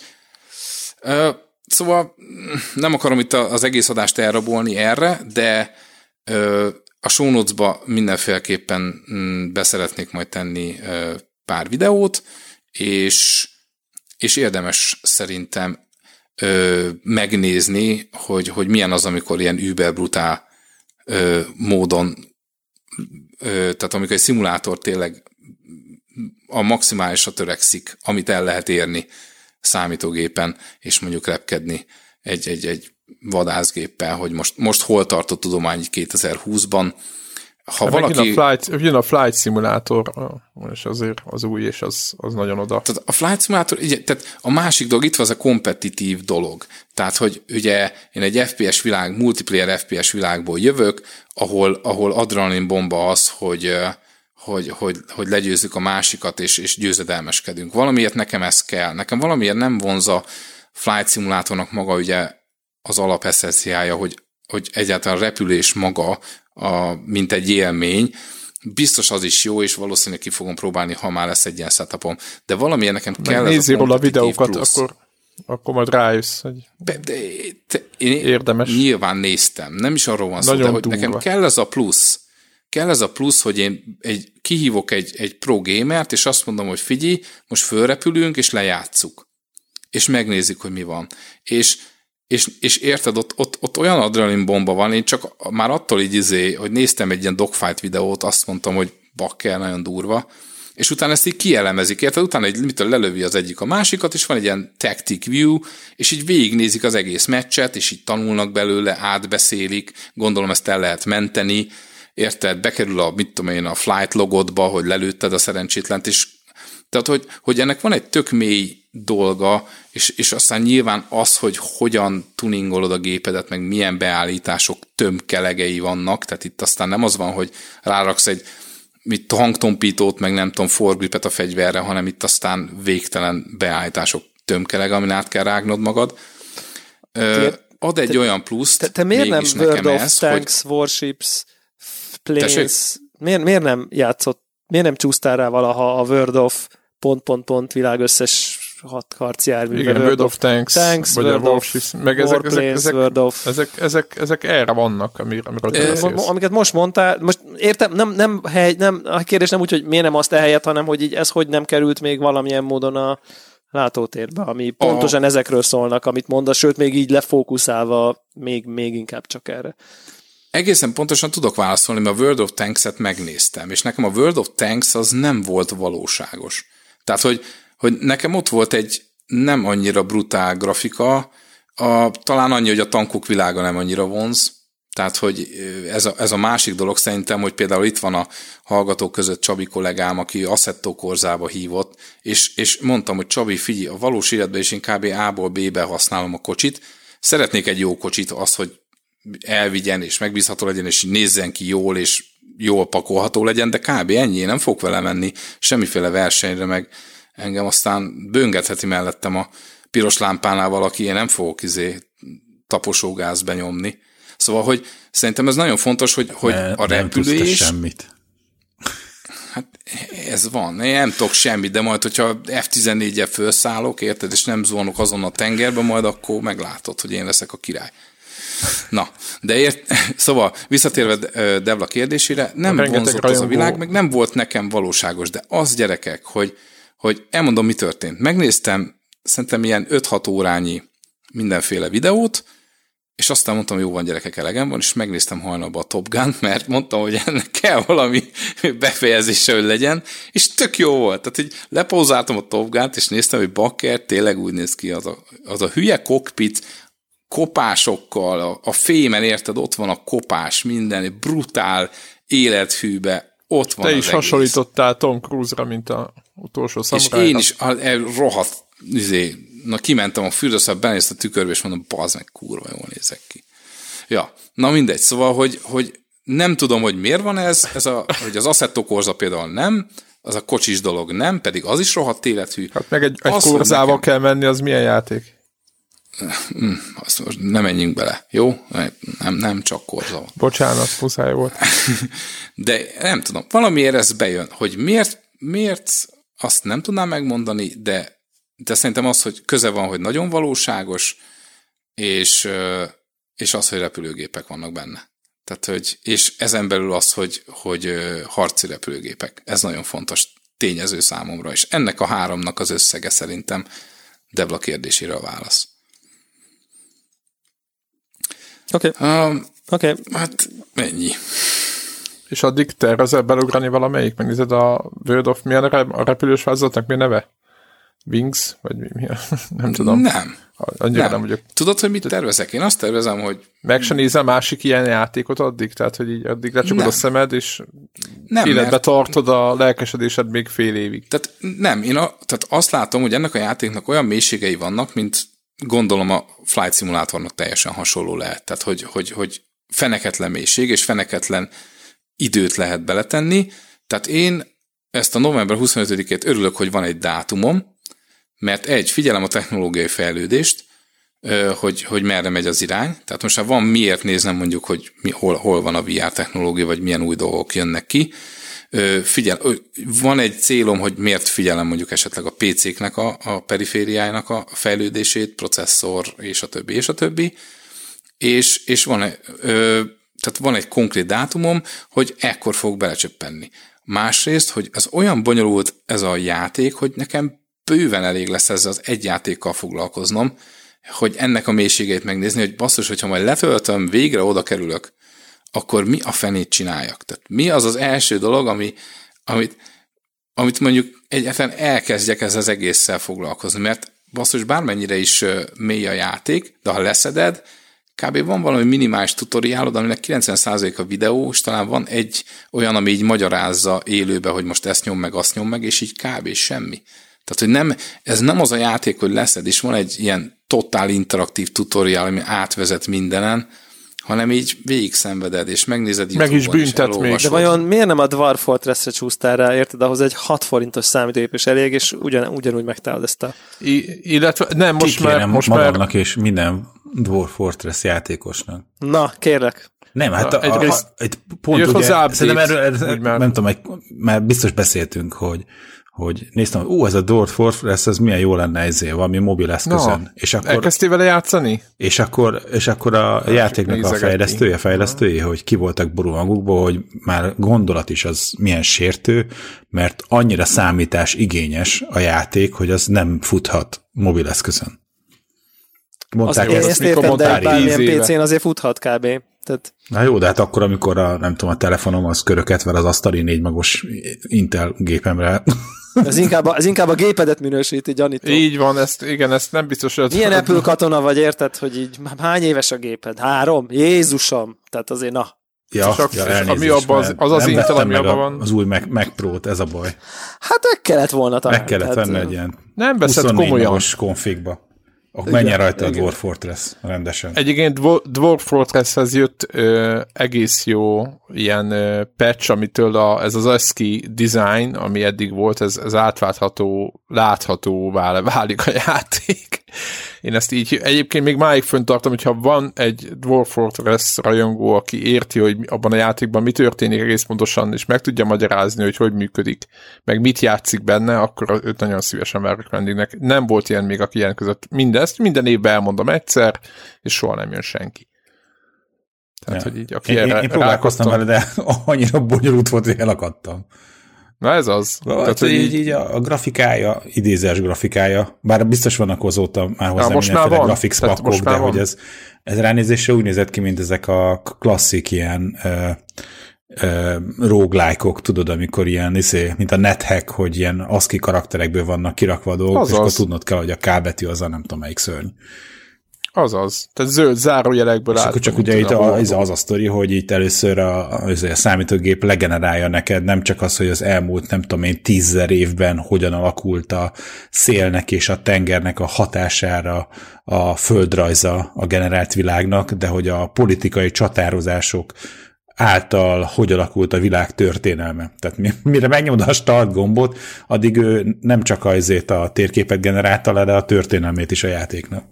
Szóval nem akarom itt az egész adást elrabolni erre, de a show notes-ba mindenféleképpen beszeretnék majd tenni pár videót, és érdemes szerintem megnézni, hogy milyen az, amikor ilyen überbrutál módon, tehát amikor egy szimulátor tényleg a maximálisra törekszik, amit el lehet érni számítógépen, és mondjuk repkedni egy vadászgéppel, hogy most hol tart a tudomány 2020-ban. Ha valaki... Jön a Flight Simulator, és azért az új, és az nagyon oda. Tehát a Flight Simulator, tehát a másik dolog, itt van az a kompetitív dolog. Tehát, hogy ugye én egy FPS világ, multiplayer FPS világból jövök, ahol adrenalin bomba az, hogy legyőzzük a másikat, és győzedelmeskedünk. Valamiért nekem ez kell. Nekem valamiért nem vonz a Flight Simulatornak maga ugye az alapeszenciája, hogy egyáltalán a repülés maga, mint egy élmény, biztos az is jó, és valószínűleg ki fogom próbálni, ha már lesz egy ilyen setupom. De valamiért nekem kell ez a róla a videókat, akkor majd rájössz, hogy érdemes. Nyilván néztem, nem is arról van szó, de hogy nekem kell ez a plusz. Kell ez a plusz, hogy én kihívok egy pro gamert, és azt mondom, hogy figyelj, most fölrepülünk, és lejátsszuk. És megnézzük, hogy mi van. És érted, ott olyan adrenalin bomba van, én csak már attól így hogy néztem egy ilyen dogfight videót, azt mondtam, hogy bakker, nagyon durva, és utána ezt így kielemezik, érted? Utána lelövi az egyik a másikat, és van egy ilyen tactic view, és így végignézik az egész meccset, és így tanulnak belőle, átbeszélik, gondolom ezt el lehet menteni, érted? Bekerül a flight logodba, hogy lelőtted a szerencsétlent, és tehát, hogy ennek van egy tök mély dolga, és aztán nyilván az, hogy hogyan tuningolod a gépedet, meg milyen beállítások tömkelegei vannak, tehát itt aztán nem az van, hogy ráraksz egy hangtompítót, meg nem tudom, foregripet a fegyverre, hanem itt aztán végtelen beállítások tömkelege, amin át kell rágnod magad. Ad egy olyan pluszt, te miért nem World of Tanks, Warships, Planes, miért nem játszott, miért nem csúsztál rá valaha a World of ... világ összes harcjármű. Igen, World of Tanks vagy World a Warships, meg ezek erre vannak, amiket most mondtál, most értem, nem, a kérdés nem úgy, hogy miért nem azt ehelyett, hanem hogy így ez hogy nem került még valamilyen módon a látótérbe, ami pontosan ezekről szólnak, amit mondasz, sőt még így lefókuszálva még inkább csak erre. egészen pontosan tudok válaszolni, mert a World of Tanks-et megnéztem, és nekem a World of Tanks az nem volt valóságos. Tehát, hogy nekem ott volt egy nem annyira brutál grafika, talán annyi, hogy a tankok világa nem annyira vonz, tehát, hogy ez a másik dolog szerintem, hogy például itt van a hallgatók között Csabi kollégám, aki Assetto Corsába hívott, és mondtam, hogy Csabi, figyelj, a valós életben is én kb. A-ból B-be használom a kocsit, szeretnék egy jó kocsit, az, hogy elvigyen, és megbízható legyen, és nézzen ki jól, és jól pakolható legyen, de kb. Ennyi, én nem fogok vele menni semmiféle versenyre, meg engem aztán böngetheti mellettem a piros lámpánál valaki, én nem fogok taposógázt benyomni. Szóval, hogy szerintem ez nagyon fontos, hogy a repülés... semmit. Hát ez van, én nem tudok semmit, de majd, hogyha F-14-jel felszállok, érted, és nem zuhanok azon a tengerbe, majd akkor meglátod, hogy én leszek a király. Na, de szóval visszatérve Devla kérdésére, nem vonzott az a világ, meg nem volt nekem valóságos, de az gyerekek, hogy elmondom, mi történt. Megnéztem szerintem ilyen 5-6 órányi mindenféle videót, és aztán mondtam, jó van gyerekek, elegem van, és megnéztem hajnalban a Top Gun-t, mert mondtam, hogy ennek kell valami befejezése, hogy legyen, és tök jó volt. Tehát így lepauzáltam a Top Gun-t, és néztem, hogy bakker, tényleg úgy néz ki az a hülye kokpit, kopásokkal, a fémen, érted, ott van a kopás, minden, brutál élethűbe, ott van. Te az is egész. Hasonlítottál Tom Cruise-ra, mint a utolsó szamurájra. És én is rohadt, kimentem a fürdőszobába, benéztem a tükörbe, és mondom, bazd meg, kurva jól nézek ki. Ja, na mindegy, szóval, hogy nem tudom, hogy miért van ez hogy az Assetto Corsa például nem, az a kocsis dolog nem, pedig az is rohadt élethű. Hát meg egy Corsával kell menni, az milyen játék? Azt most nem menjünk bele, jó? Nem csak Corsa. Bocsánat, muszáj volt. De nem tudom, valamiért ez bejön, hogy miért azt nem tudnám megmondani, de szerintem az, hogy köze van, hogy nagyon valóságos, és az, hogy repülőgépek vannak benne. Tehát, és ezen belül az, hogy harci repülőgépek. Ez nagyon fontos tényező számomra, és ennek a háromnak az összege szerintem Devla kérdésére a válasz. Oké. Hát ennyi. És addig tervezel belugrani valamelyik? Megnézed a World of milyen a repülős változatnak, mi neve? Wings? Vagy mi? Nem tudom. Nem. Annyira nem vagyok. Tudod, hogy mit tervezek? Én azt tervezem, hogy... Meg se nézel másik ilyen játékot addig? Tehát, hogy így addig lecsukod a szemed, és életbe tartod a lelkesedésed még fél évig. Tehát nem, tehát azt látom, hogy ennek a játéknak olyan mélységei vannak, mint gondolom a Flight Simulatornak teljesen hasonló lehet. Tehát, hogy feneketlen mélység, és feneketlen időt lehet beletenni. Tehát én ezt a november 25-ét örülök, hogy van egy dátumom, mert figyelem a technológiai fejlődést, hogy merre megy az irány. Tehát most már van miért néznem mondjuk, hogy hol van a VR technológia, vagy milyen új dolgok jönnek ki. Van egy célom, hogy miért figyelem mondjuk esetleg a PC-knek a perifériájának a fejlődését, processzor, és a többi, és a többi. És tehát van egy konkrét dátumom, hogy ekkor fog belecsöppenni. Másrészt, hogy ez olyan bonyolult ez a játék, hogy nekem bőven elég lesz ezzel az egy játékkal foglalkoznom, hogy ennek a mélységeit megnézni, hogy basszus, hogyha majd letöltöm, végre oda kerülök, akkor mi a fenét csináljak? Tehát mi az az első dolog, amit mondjuk egyáltalán elkezdjek ezzel az egésszel foglalkozni, mert basszus, bármennyire is mély a játék, de ha leszeded, kb. Van valami minimális tutoriálod, aminek 90% a videó, és talán van egy olyan, ami így magyarázza élőbe, hogy most ezt nyom meg, azt nyom meg, és így kb. Semmi. Tehát, hogy ez nem az a játék, hogy leszed, és van egy ilyen totál interaktív tutoriál, ami átvezet mindenen, hanem így végig szenveded, és megnézed meg is büntet még. De vajon miért nem a Dwarf Fortress-re csúsztál rá, érted? Ahhoz egy 6 forintos számítógép is elég, és ugyanúgy megtalálod ezt a... Illetve, nem, most magamnak és minden Dwarf Fortress játékosnak. Na, kérlek. Nem, hát egy pont ugye, szerintem erről, nem tudom, már biztos beszéltünk, hogy néztem, hogy ez a Dwarf Fortress, ez milyen jó lenne valami mobil eszközön. És akkor elkezdtél vele játszani? És akkor a játéknak a fejlesztői, hogy ki voltak borul magukból, hogy már gondolat is az milyen sértő, mert annyira számítás igényes a játék, hogy az nem futhat mobil eszközön. Mondták ezt értem, de bármilyen PC-n azért futhat kb. érted? Na jó, de hát akkor, amikor nem tudom, a telefonom az köröket ver az asztali 4 magos Intel gépemre. Ez inkább a gépedet minősíti, gyanító. Így van, ezt nem biztos, hogy... Milyen Apple katona vagy, érted, hogy így hány éves a géped? 3? Jézusom! Tehát azért na. Ja, ami abban az Intel, ami abban van. Az új Mac Pro-t, ez a baj. Hát meg kellett volna talán. Meg kellett venni egy ilyen nem veszed komolyan. konfigba. Menjen rajta a Dwarf Fortress rendesen. Egyébként Dwarf Fortresshez jött egész jó ilyen patch, amitől ez az ASCII design, ami eddig volt, ez átváltható, láthatóvá válik a játék. Én ezt így egyébként még máig föntartom, hogyha van egy Dwarf Fortress rajongó, aki érti, hogy abban a játékban mi történik egész pontosan, és meg tudja magyarázni, hogy működik, meg mit játszik benne, akkor őt nagyon szívesen várjuk vendégnek. Nem volt ilyen még, aki ilyen között mindezt, minden évben elmondom egyszer, és soha nem jön senki. Tehát, hogy így, aki én próbálkoztam vele, de annyira bonyolult volt, hogy elakadtam. Na ez az. Tehát, hogy így a grafikája, idézés grafikája, bár biztos vannak azóta már hozzá mindenféle graphics pakkok, de hogy ez ránézésre úgy nézett ki, mint ezek a klasszik ilyen roguelike-ok, tudod, amikor ilyen, mint a NetHack, hogy ilyen ASCII karakterekből vannak kirakva dolgok, és akkor tudnod kell, hogy a K betű az a nem tudom melyik szörny. Azaz. Tehát zöld zárójelekből áll. És akkor csak ugye itt az a sztori, hogy itt először a számítógép legenerálja neked nem csak az, hogy az elmúlt nem tudom én 10 000 évben hogyan alakult a szélnek és a tengernek a hatására a földrajza a generált világnak, de hogy a politikai csatározások által hogy alakult a világ történelme. Tehát mire megnyomod a start gombot, addig ő nem csak a térképet generálta le, de a történelmét is a játéknak.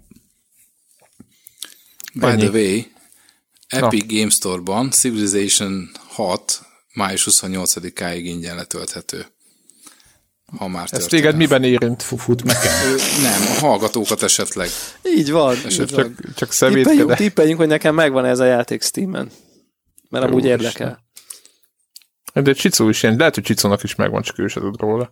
By the way, Epic Game Store-ban Civilization 6 május 28-áig ingyen letölthető. Ha már történet. Ez téged miben érint? Fut meg kell. Nem, a hallgatókat esetleg. Így van. Csak szemétkedek. Tippeljünk, hogy nekem megvan ez a játék Steamen. Mert amúgy érdekel. De Csicó is ilyen, lehet, hogy Csicónak is megvan, csak ő se tud róla.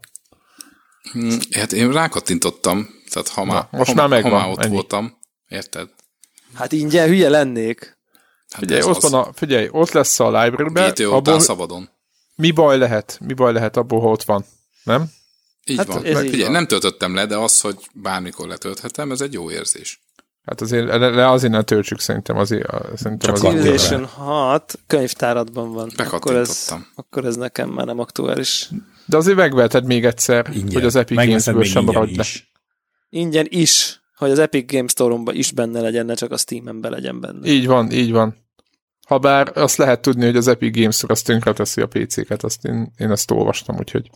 Hát én rákattintottam, tehát ha már ott voltam, érted? Hát ingyen hülye lennék. Hát figyelj, ott lesz a library-ben. Abból szabadon. Mi baj lehet abból, ha ott van? Nem? Így van. Figyelj, nem töltöttem le, de az, hogy bármikor letölthetem, ez egy jó érzés. Hát azért nem töltsük, szerintem azért. Civilization 6 könyvtáratban van. Bekattintottam. Akkor ez nekem már nem aktuális. De azért megveheted még egyszer, ingyen. Hogy az Epic Games-ből sem maradj le. Ingyen is, hogy az Epic Games Store-omban is benne legyen, ne csak a Steam-en legyen benne. Így van. Habár azt lehet tudni, hogy az Epic Games Store azt tönkreteszi a PC-ket, azt én ezt olvastam, úgyhogy...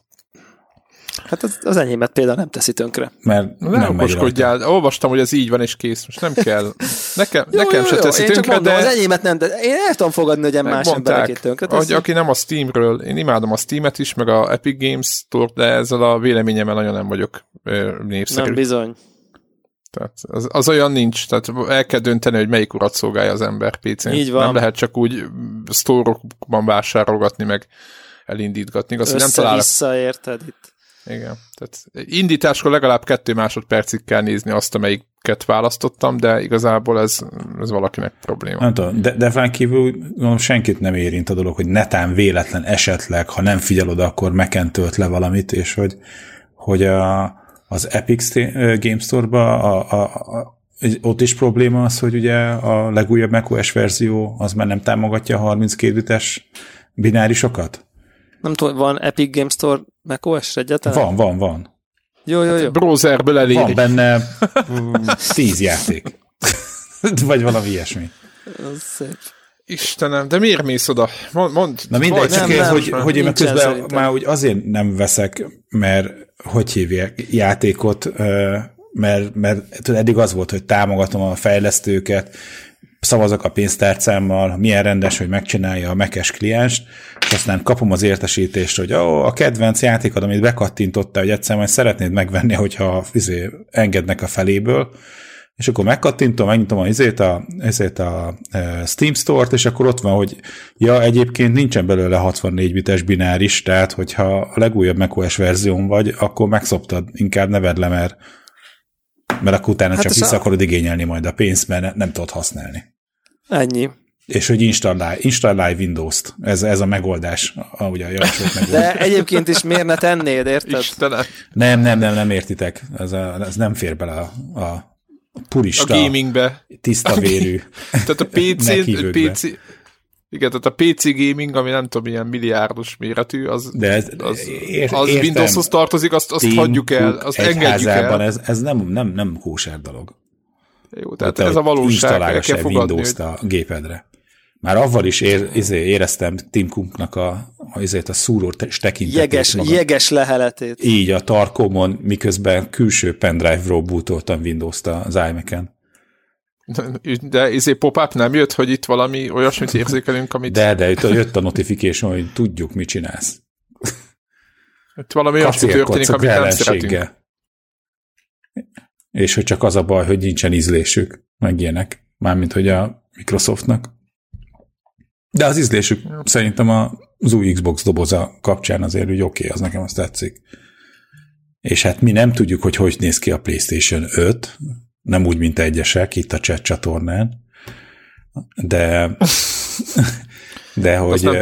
Hát az enyémet például nem teszi tönkre. Mert nem okoskodjál. Olvastam, hogy ez így van, és kész. Most nem kell. Nekem se teszi tönkre, mondom, de... Az enyémet nem, de én el tudom fogadni, hogy más emberekét tönkre teszi. Aki nem a Steamről, én imádom a Steamet is, meg a Epic Games Store, de ezzel a véleményemmel nagyon nem vagyok népszerű. Nem bizony. Tehát az olyan nincs. Tehát el kell dönteni, hogy melyik urat szolgálja az ember PC-n. Így van. Nem lehet csak úgy sztórokban vásárolgatni, meg elindítgatni. Össze-vissza érted itt. Igen. Tehát indításkor legalább 2 másodpercig kell nézni azt, amelyiket választottam, de igazából ez valakinek probléma. Nem tudom, de ezen kívül senkit nem érint a dolog, hogy netán véletlen esetleg, ha nem figyel oda, akkor Mac-en tölt le valamit, és hogy az Epic Game Store-ba ott is probléma az, hogy ugye a legújabb macOS verzió az már nem támogatja a 32 bites binárisokat? Nem tudom, van Epic Game Store macOS-re egyáltalán? Van. Jó. Hát browserből eléri. Van benne 10 játék. Vagy valami ilyesmi. Az szép. Istenem, de miért mész oda? Mondd. Na mindegy, csak ez, hogy én közben már úgy azért nem veszek, mert hogy hívják játékot, mert eddig az volt, hogy támogatom a fejlesztőket, szavazok a pénztárcámmal, milyen rendes, hogy megcsinálja a Mac-es klienst, és aztán kapom az értesítést, hogy a kedvenc játékod, amit bekattintottál, hogy egyszer majd szeretnéd megvenni, hogyha engednek a feléből, és akkor megkattintom, megnyitom a Steam Store-t, és akkor ott van, hogy egyébként nincsen belőle 64 bites bináris, tehát hogyha a legújabb macOS verzión vagy, akkor megszoptad, inkább ne vedd le, mert akkor utána csak vissza akarod igényelni majd a pénzt, mert nem tudod használni. Ennyi. És hogy installálj Windows-t. Ez a megoldás, ahogy a javasolt megoldás. De egyébként is miért ne tennéd, érted? Istenem. Nem értitek. Ez nem fér bele a purista, a gamingbe. Tiszta vérű. Tehát a PC, igen, tehát a PC gaming, ami nem tudom, ilyen milliárdos méretű, az Windowshoz tartozik, azt hagyjuk el, azt engedjük el. Ez nem kóser dolog. Jó, tehát ez a valóság, el kell fogadni. Windows-t a gépedre. Már avval is éreztem Tim Cooknak a szúró tekintetét. Jeges leheletét. Így a Tarkomon, miközben külső pendrive-ról bootoltam Windows-t az iMac-en. De pop-up nem jött, hogy itt valami olyasmit érzékelünk, amit... De jött a notification, hogy tudjuk, mit csinálsz. Itt valami olyasmi történik, amit nem szeretünk. És hogy csak az a baj, hogy nincsen ízlésük, meg ilyenek. Mármint, hogy a Microsoftnak. De az ízlésük szerintem az új Xbox doboza kapcsán azért úgy oké, az nekem azt tetszik. És hát mi nem tudjuk, hogy néz ki a PlayStation 5, nem úgy, mint egyesek itt a chat csatornán, de hogy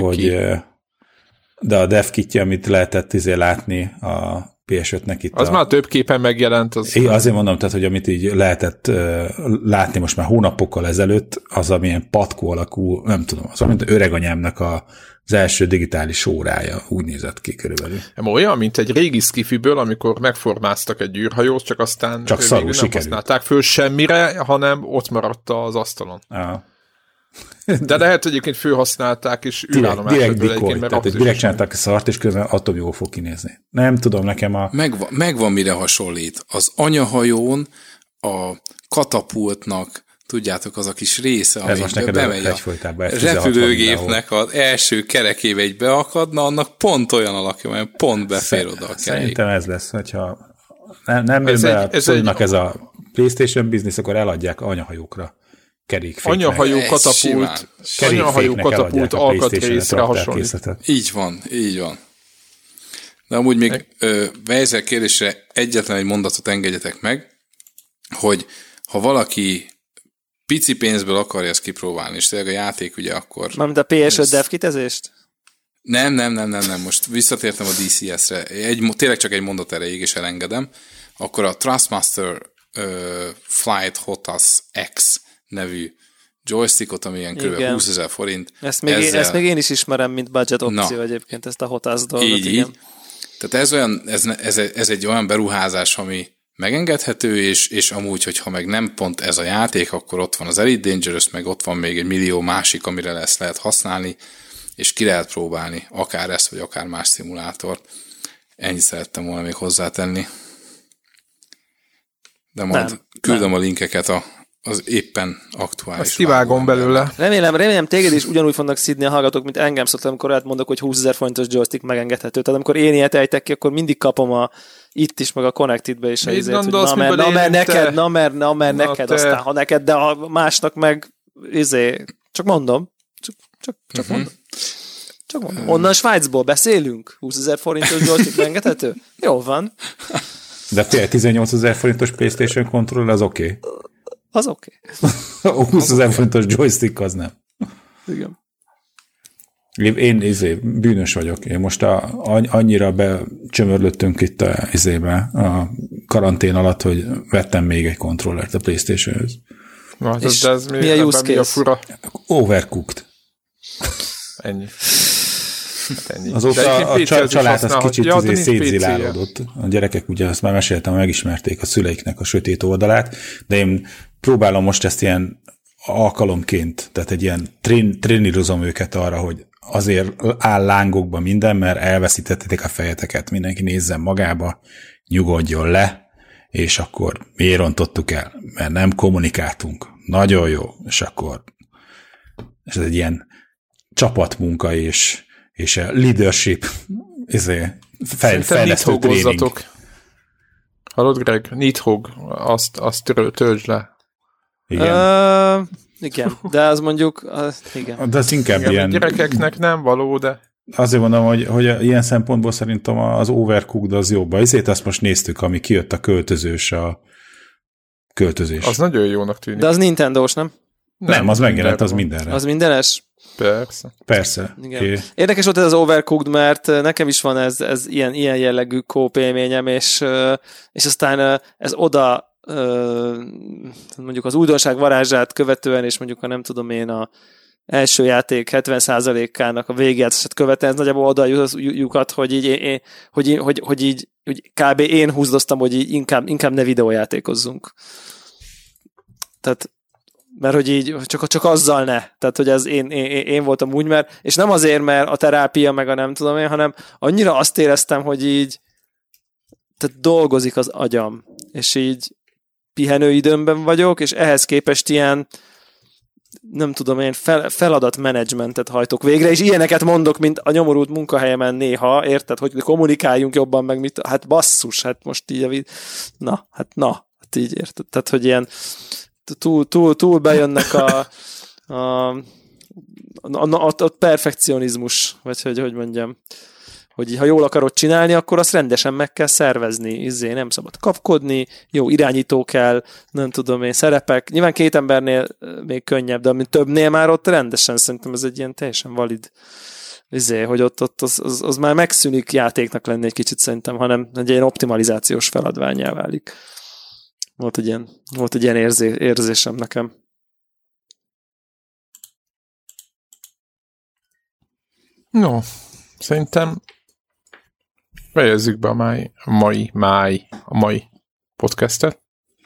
de a dev kitje, amit lehetett látni a PS5-nek itt. Az már több képen megjelent. Azért mondom, tehát, hogy amit így lehetett látni most már hónapokkal ezelőtt, az amilyen patkó alakú, nem tudom, az mint öreganyámnak az első digitális órája, úgy nézett ki körülbelül. Olyan, mint egy régi skifiből, amikor megformáztak egy űrhajót, csak aztán nem használták föl semmire, hanem ott maradt az asztalon. De lehet, hogy egyébként fölhasználták, és direkt dikolt, tehát direkt csinálták a szart, és közben attól jól fog kinézni. Nem tudom, nekem Megvan mire hasonlít. Az anyahajón a katapultnak, tudjátok, az a kis része, ami bemegy a repülőgépnek az első kerekébe egy beakadna, annak pont olyan alakja, mert pont befér oda a kerék. Szerintem ez lesz, hogyha nem jön be ez a PlayStation business, akkor eladják anyahajókra. Anyahajó katapult alkatrészre hasonlít. Így van. De amúgy még Weiser kérdésre egyetlen egy mondatot engedjetek meg, hogy ha valaki pici pénzből akarja ezt kipróbálni, és tényleg a játék ugye akkor... Mármint a PS5 devkitezést? Nem, most visszatértem a DCS-re. Tényleg csak egy mondat erejéig, és elengedem. Akkor a Trustmaster Flight Hotas X nevű joystickot, ami ilyen kb. 20 000 forint. Ezt még én is ismerem, mint budget opció egyébként, ezt a Hotas dolgot. Így. Tehát ez egy olyan beruházás, ami megengedhető, és amúgy, hogyha meg nem pont ez a játék, akkor ott van az Elite Dangerous, meg ott van még egy millió másik, amire ezt lehet használni, és ki lehet próbálni, akár ezt, vagy akár más szimulátort. Ennyit szerettem volna még hozzátenni. De majd küldöm a linkeket az éppen aktuális. Azt kivágom belőle. Remélem téged is ugyanúgy fognak szidni a hallgatók, mint engem szoktam, amikor elmondok, hogy 20 000 forintos joystick megengedhető. Tehát amikor én ilyet ejtek ki, akkor mindig kapom itt is, meg a Connected-be is hogy na mert neked, aztán ha neked, de a másnak meg csak mondom. Csak mondom. Onnan Svájcból beszélünk? 20 000 forintos joystick megengedhető? Jó van. De tényleg 18 000 forintos PlayStation controller az oké. Az oké. A 20 000 forintos joystick az nem. Igen. Én bűnös vagyok. Én most annyira becsömörlöttünk itt a karantén alatt, hogy vettem még egy kontrollert a PlayStation-höz. Mi a use case? Overcooked. Ennyi. Azóta a család az kicsit szétzilálódott. A gyerekek ugye azt már meséltem, megismerték a szüleiknek a sötét oldalát, de én próbálom most ezt ilyen alkalomként, tehát egy ilyen trénírozom őket arra, hogy azért áll lángokba minden, mert elveszítettétek a fejeteket, mindenki nézzen magába, nyugodjon le, és akkor miért rontottuk el? Mert nem kommunikáltunk. Nagyon jó. És akkor ez egy ilyen csapatmunka és a leadership fejlesztő tréning. Hallod, Greg? Nidhogg, azt töltsd le. Igen. Igen, de az mondjuk, igen. De az inkább igen, ilyen... Gyerekeknek nem való, de... Azért mondom, hogy ilyen szempontból szerintem az Overcooked az jobb. Ezért azt most néztük, ami kijött a költözés. Az nagyon jónak tűnik. De az Nintendo-s, nem? Nem, az megjelent, az mindenre. Az mindenes? Persze. Igen. Érdekes volt ez az Overcooked, mert nekem is van ez ilyen jellegű kóp élményem, és aztán ez oda mondjuk az újdonság varázsát követően, és mondjuk a nem tudom én a első játék 70%-ának a végjátszását követően, ez nagyjából oda lyukat, hogy így kb. Én húzdoztam, hogy így inkább ne videójátékozzunk. Tehát mert hogy így csak azzal ne. Tehát, hogy ez én voltam úgy, és nem azért, mert a terápia meg a nem tudom én, hanem annyira azt éreztem, hogy így tehát dolgozik az agyam, és így pihenőidőmben vagyok, és ehhez képest ilyen nem tudom én, feladatmenedzsmentet hajtok végre, és ilyeneket mondok, mint a nyomorult munkahelyemen néha, érted, hogy kommunikáljunk jobban, meg mit, hát basszus, hát most így hát így érted, tehát, hogy ilyen túl bejönnek a perfekcionizmus, vagy hogy mondjam, hogy ha jól akarod csinálni, akkor azt rendesen meg kell szervezni, nem szabad kapkodni, jó irányító kell, nem tudom én, szerepek, nyilván 2 embernél még könnyebb, de amint többnél már ott rendesen, szerintem ez egy ilyen teljesen valid hogy ott az már megszűnik játéknak lenni egy kicsit szerintem, hanem egy ilyen optimalizációs feladvánnyá válik. Volt egy ilyen érzésem nekem. No, szerintem fejezzük be a mai podcastet,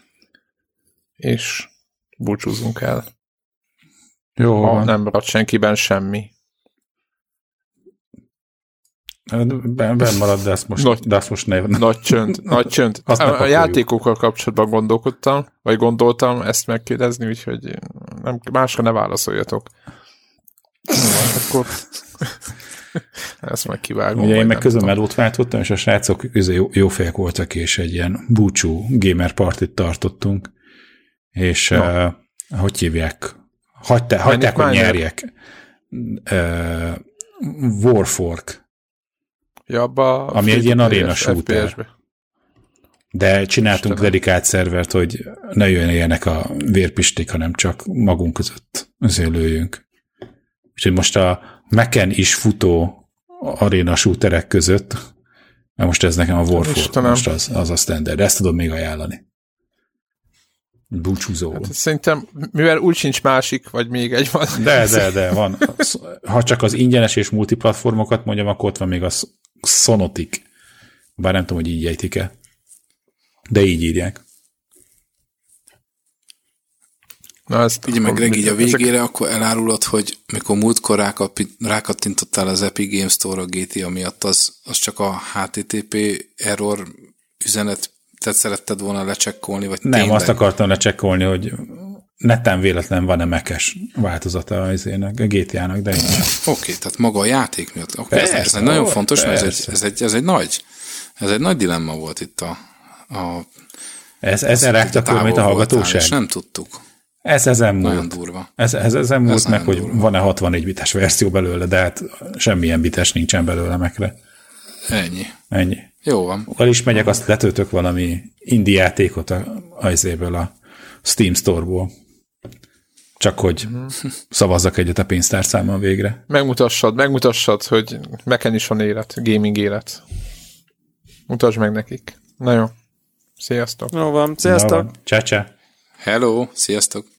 és búcsúzunk el. Jó, ha nem maradt senkiben semmi. Ben marad, de ezt most ne. Nagy csönd. A játékokkal kapcsolatban gondoltam ezt megkérdezni, úgyhogy másra ne válaszoljatok. Akkor ezt meg kivágom. Ugye én meg közben melót váltottam, és a srácok jó fejek voltak, és egy ilyen búcsú gamer partit tartottunk, és hogy hívják? Hagyták, hogy nyerjek. Warfork. Ami egy ilyen aréna shooter. De csináltunk dedikált szervert, hogy ne jöjjenek a vérpisték, hanem csak magunk között lőjünk. Úgyhogy most a Mac-en is futó aréna shooterek között, mert most ez nekem a Warfork, most az a standard. Ezt tudom még ajánlani. Búcsúzó. Hát szerintem, mivel úgy sincs másik, vagy még egy van. De van. Ha csak az ingyenes és multiplatformokat mondjam, akkor ott van még a Sonotic. Bár nem tudom, hogy így ejtik-e. De így írják. Figyelj meg, Greg, így a végére akkor elárulod, hogy mikor múltkor rákattintottál az Epic Games Store a GTA miatt, az csak a HTTP error üzenet, tehát szeretted volna lecsekkolni, vagy nem, tényleg? Azt akartam lecsekkolni, hogy netán véletlen van-e Mac-es változata a GTA-nak, de én Oké, tehát maga a játék miatt. Ez nagyon fontos, mert ez egy nagy dilemma volt itt Ezen rágtak valamit a hallgatóság? És nem tudtuk. Ez ezen múlt. Nagyon durva. Ez ezen múlt meg, hogy van-e 64 bites verzió belőle, de hát semmilyen bites nincsen belőle Mac-re. Ennyi. Jó van. Hol is megyek, azt letöltök valami indie játékot a Steam Store-ból. Csak hogy szavazzak egyet a pénztárcámmal végre. Megmutassad, hogy Mac-en is van élet, gaming élet. Mutasd meg nekik. Na jó. Sziasztok. Jó van, sziasztok. Csá. Hello, sziasztok.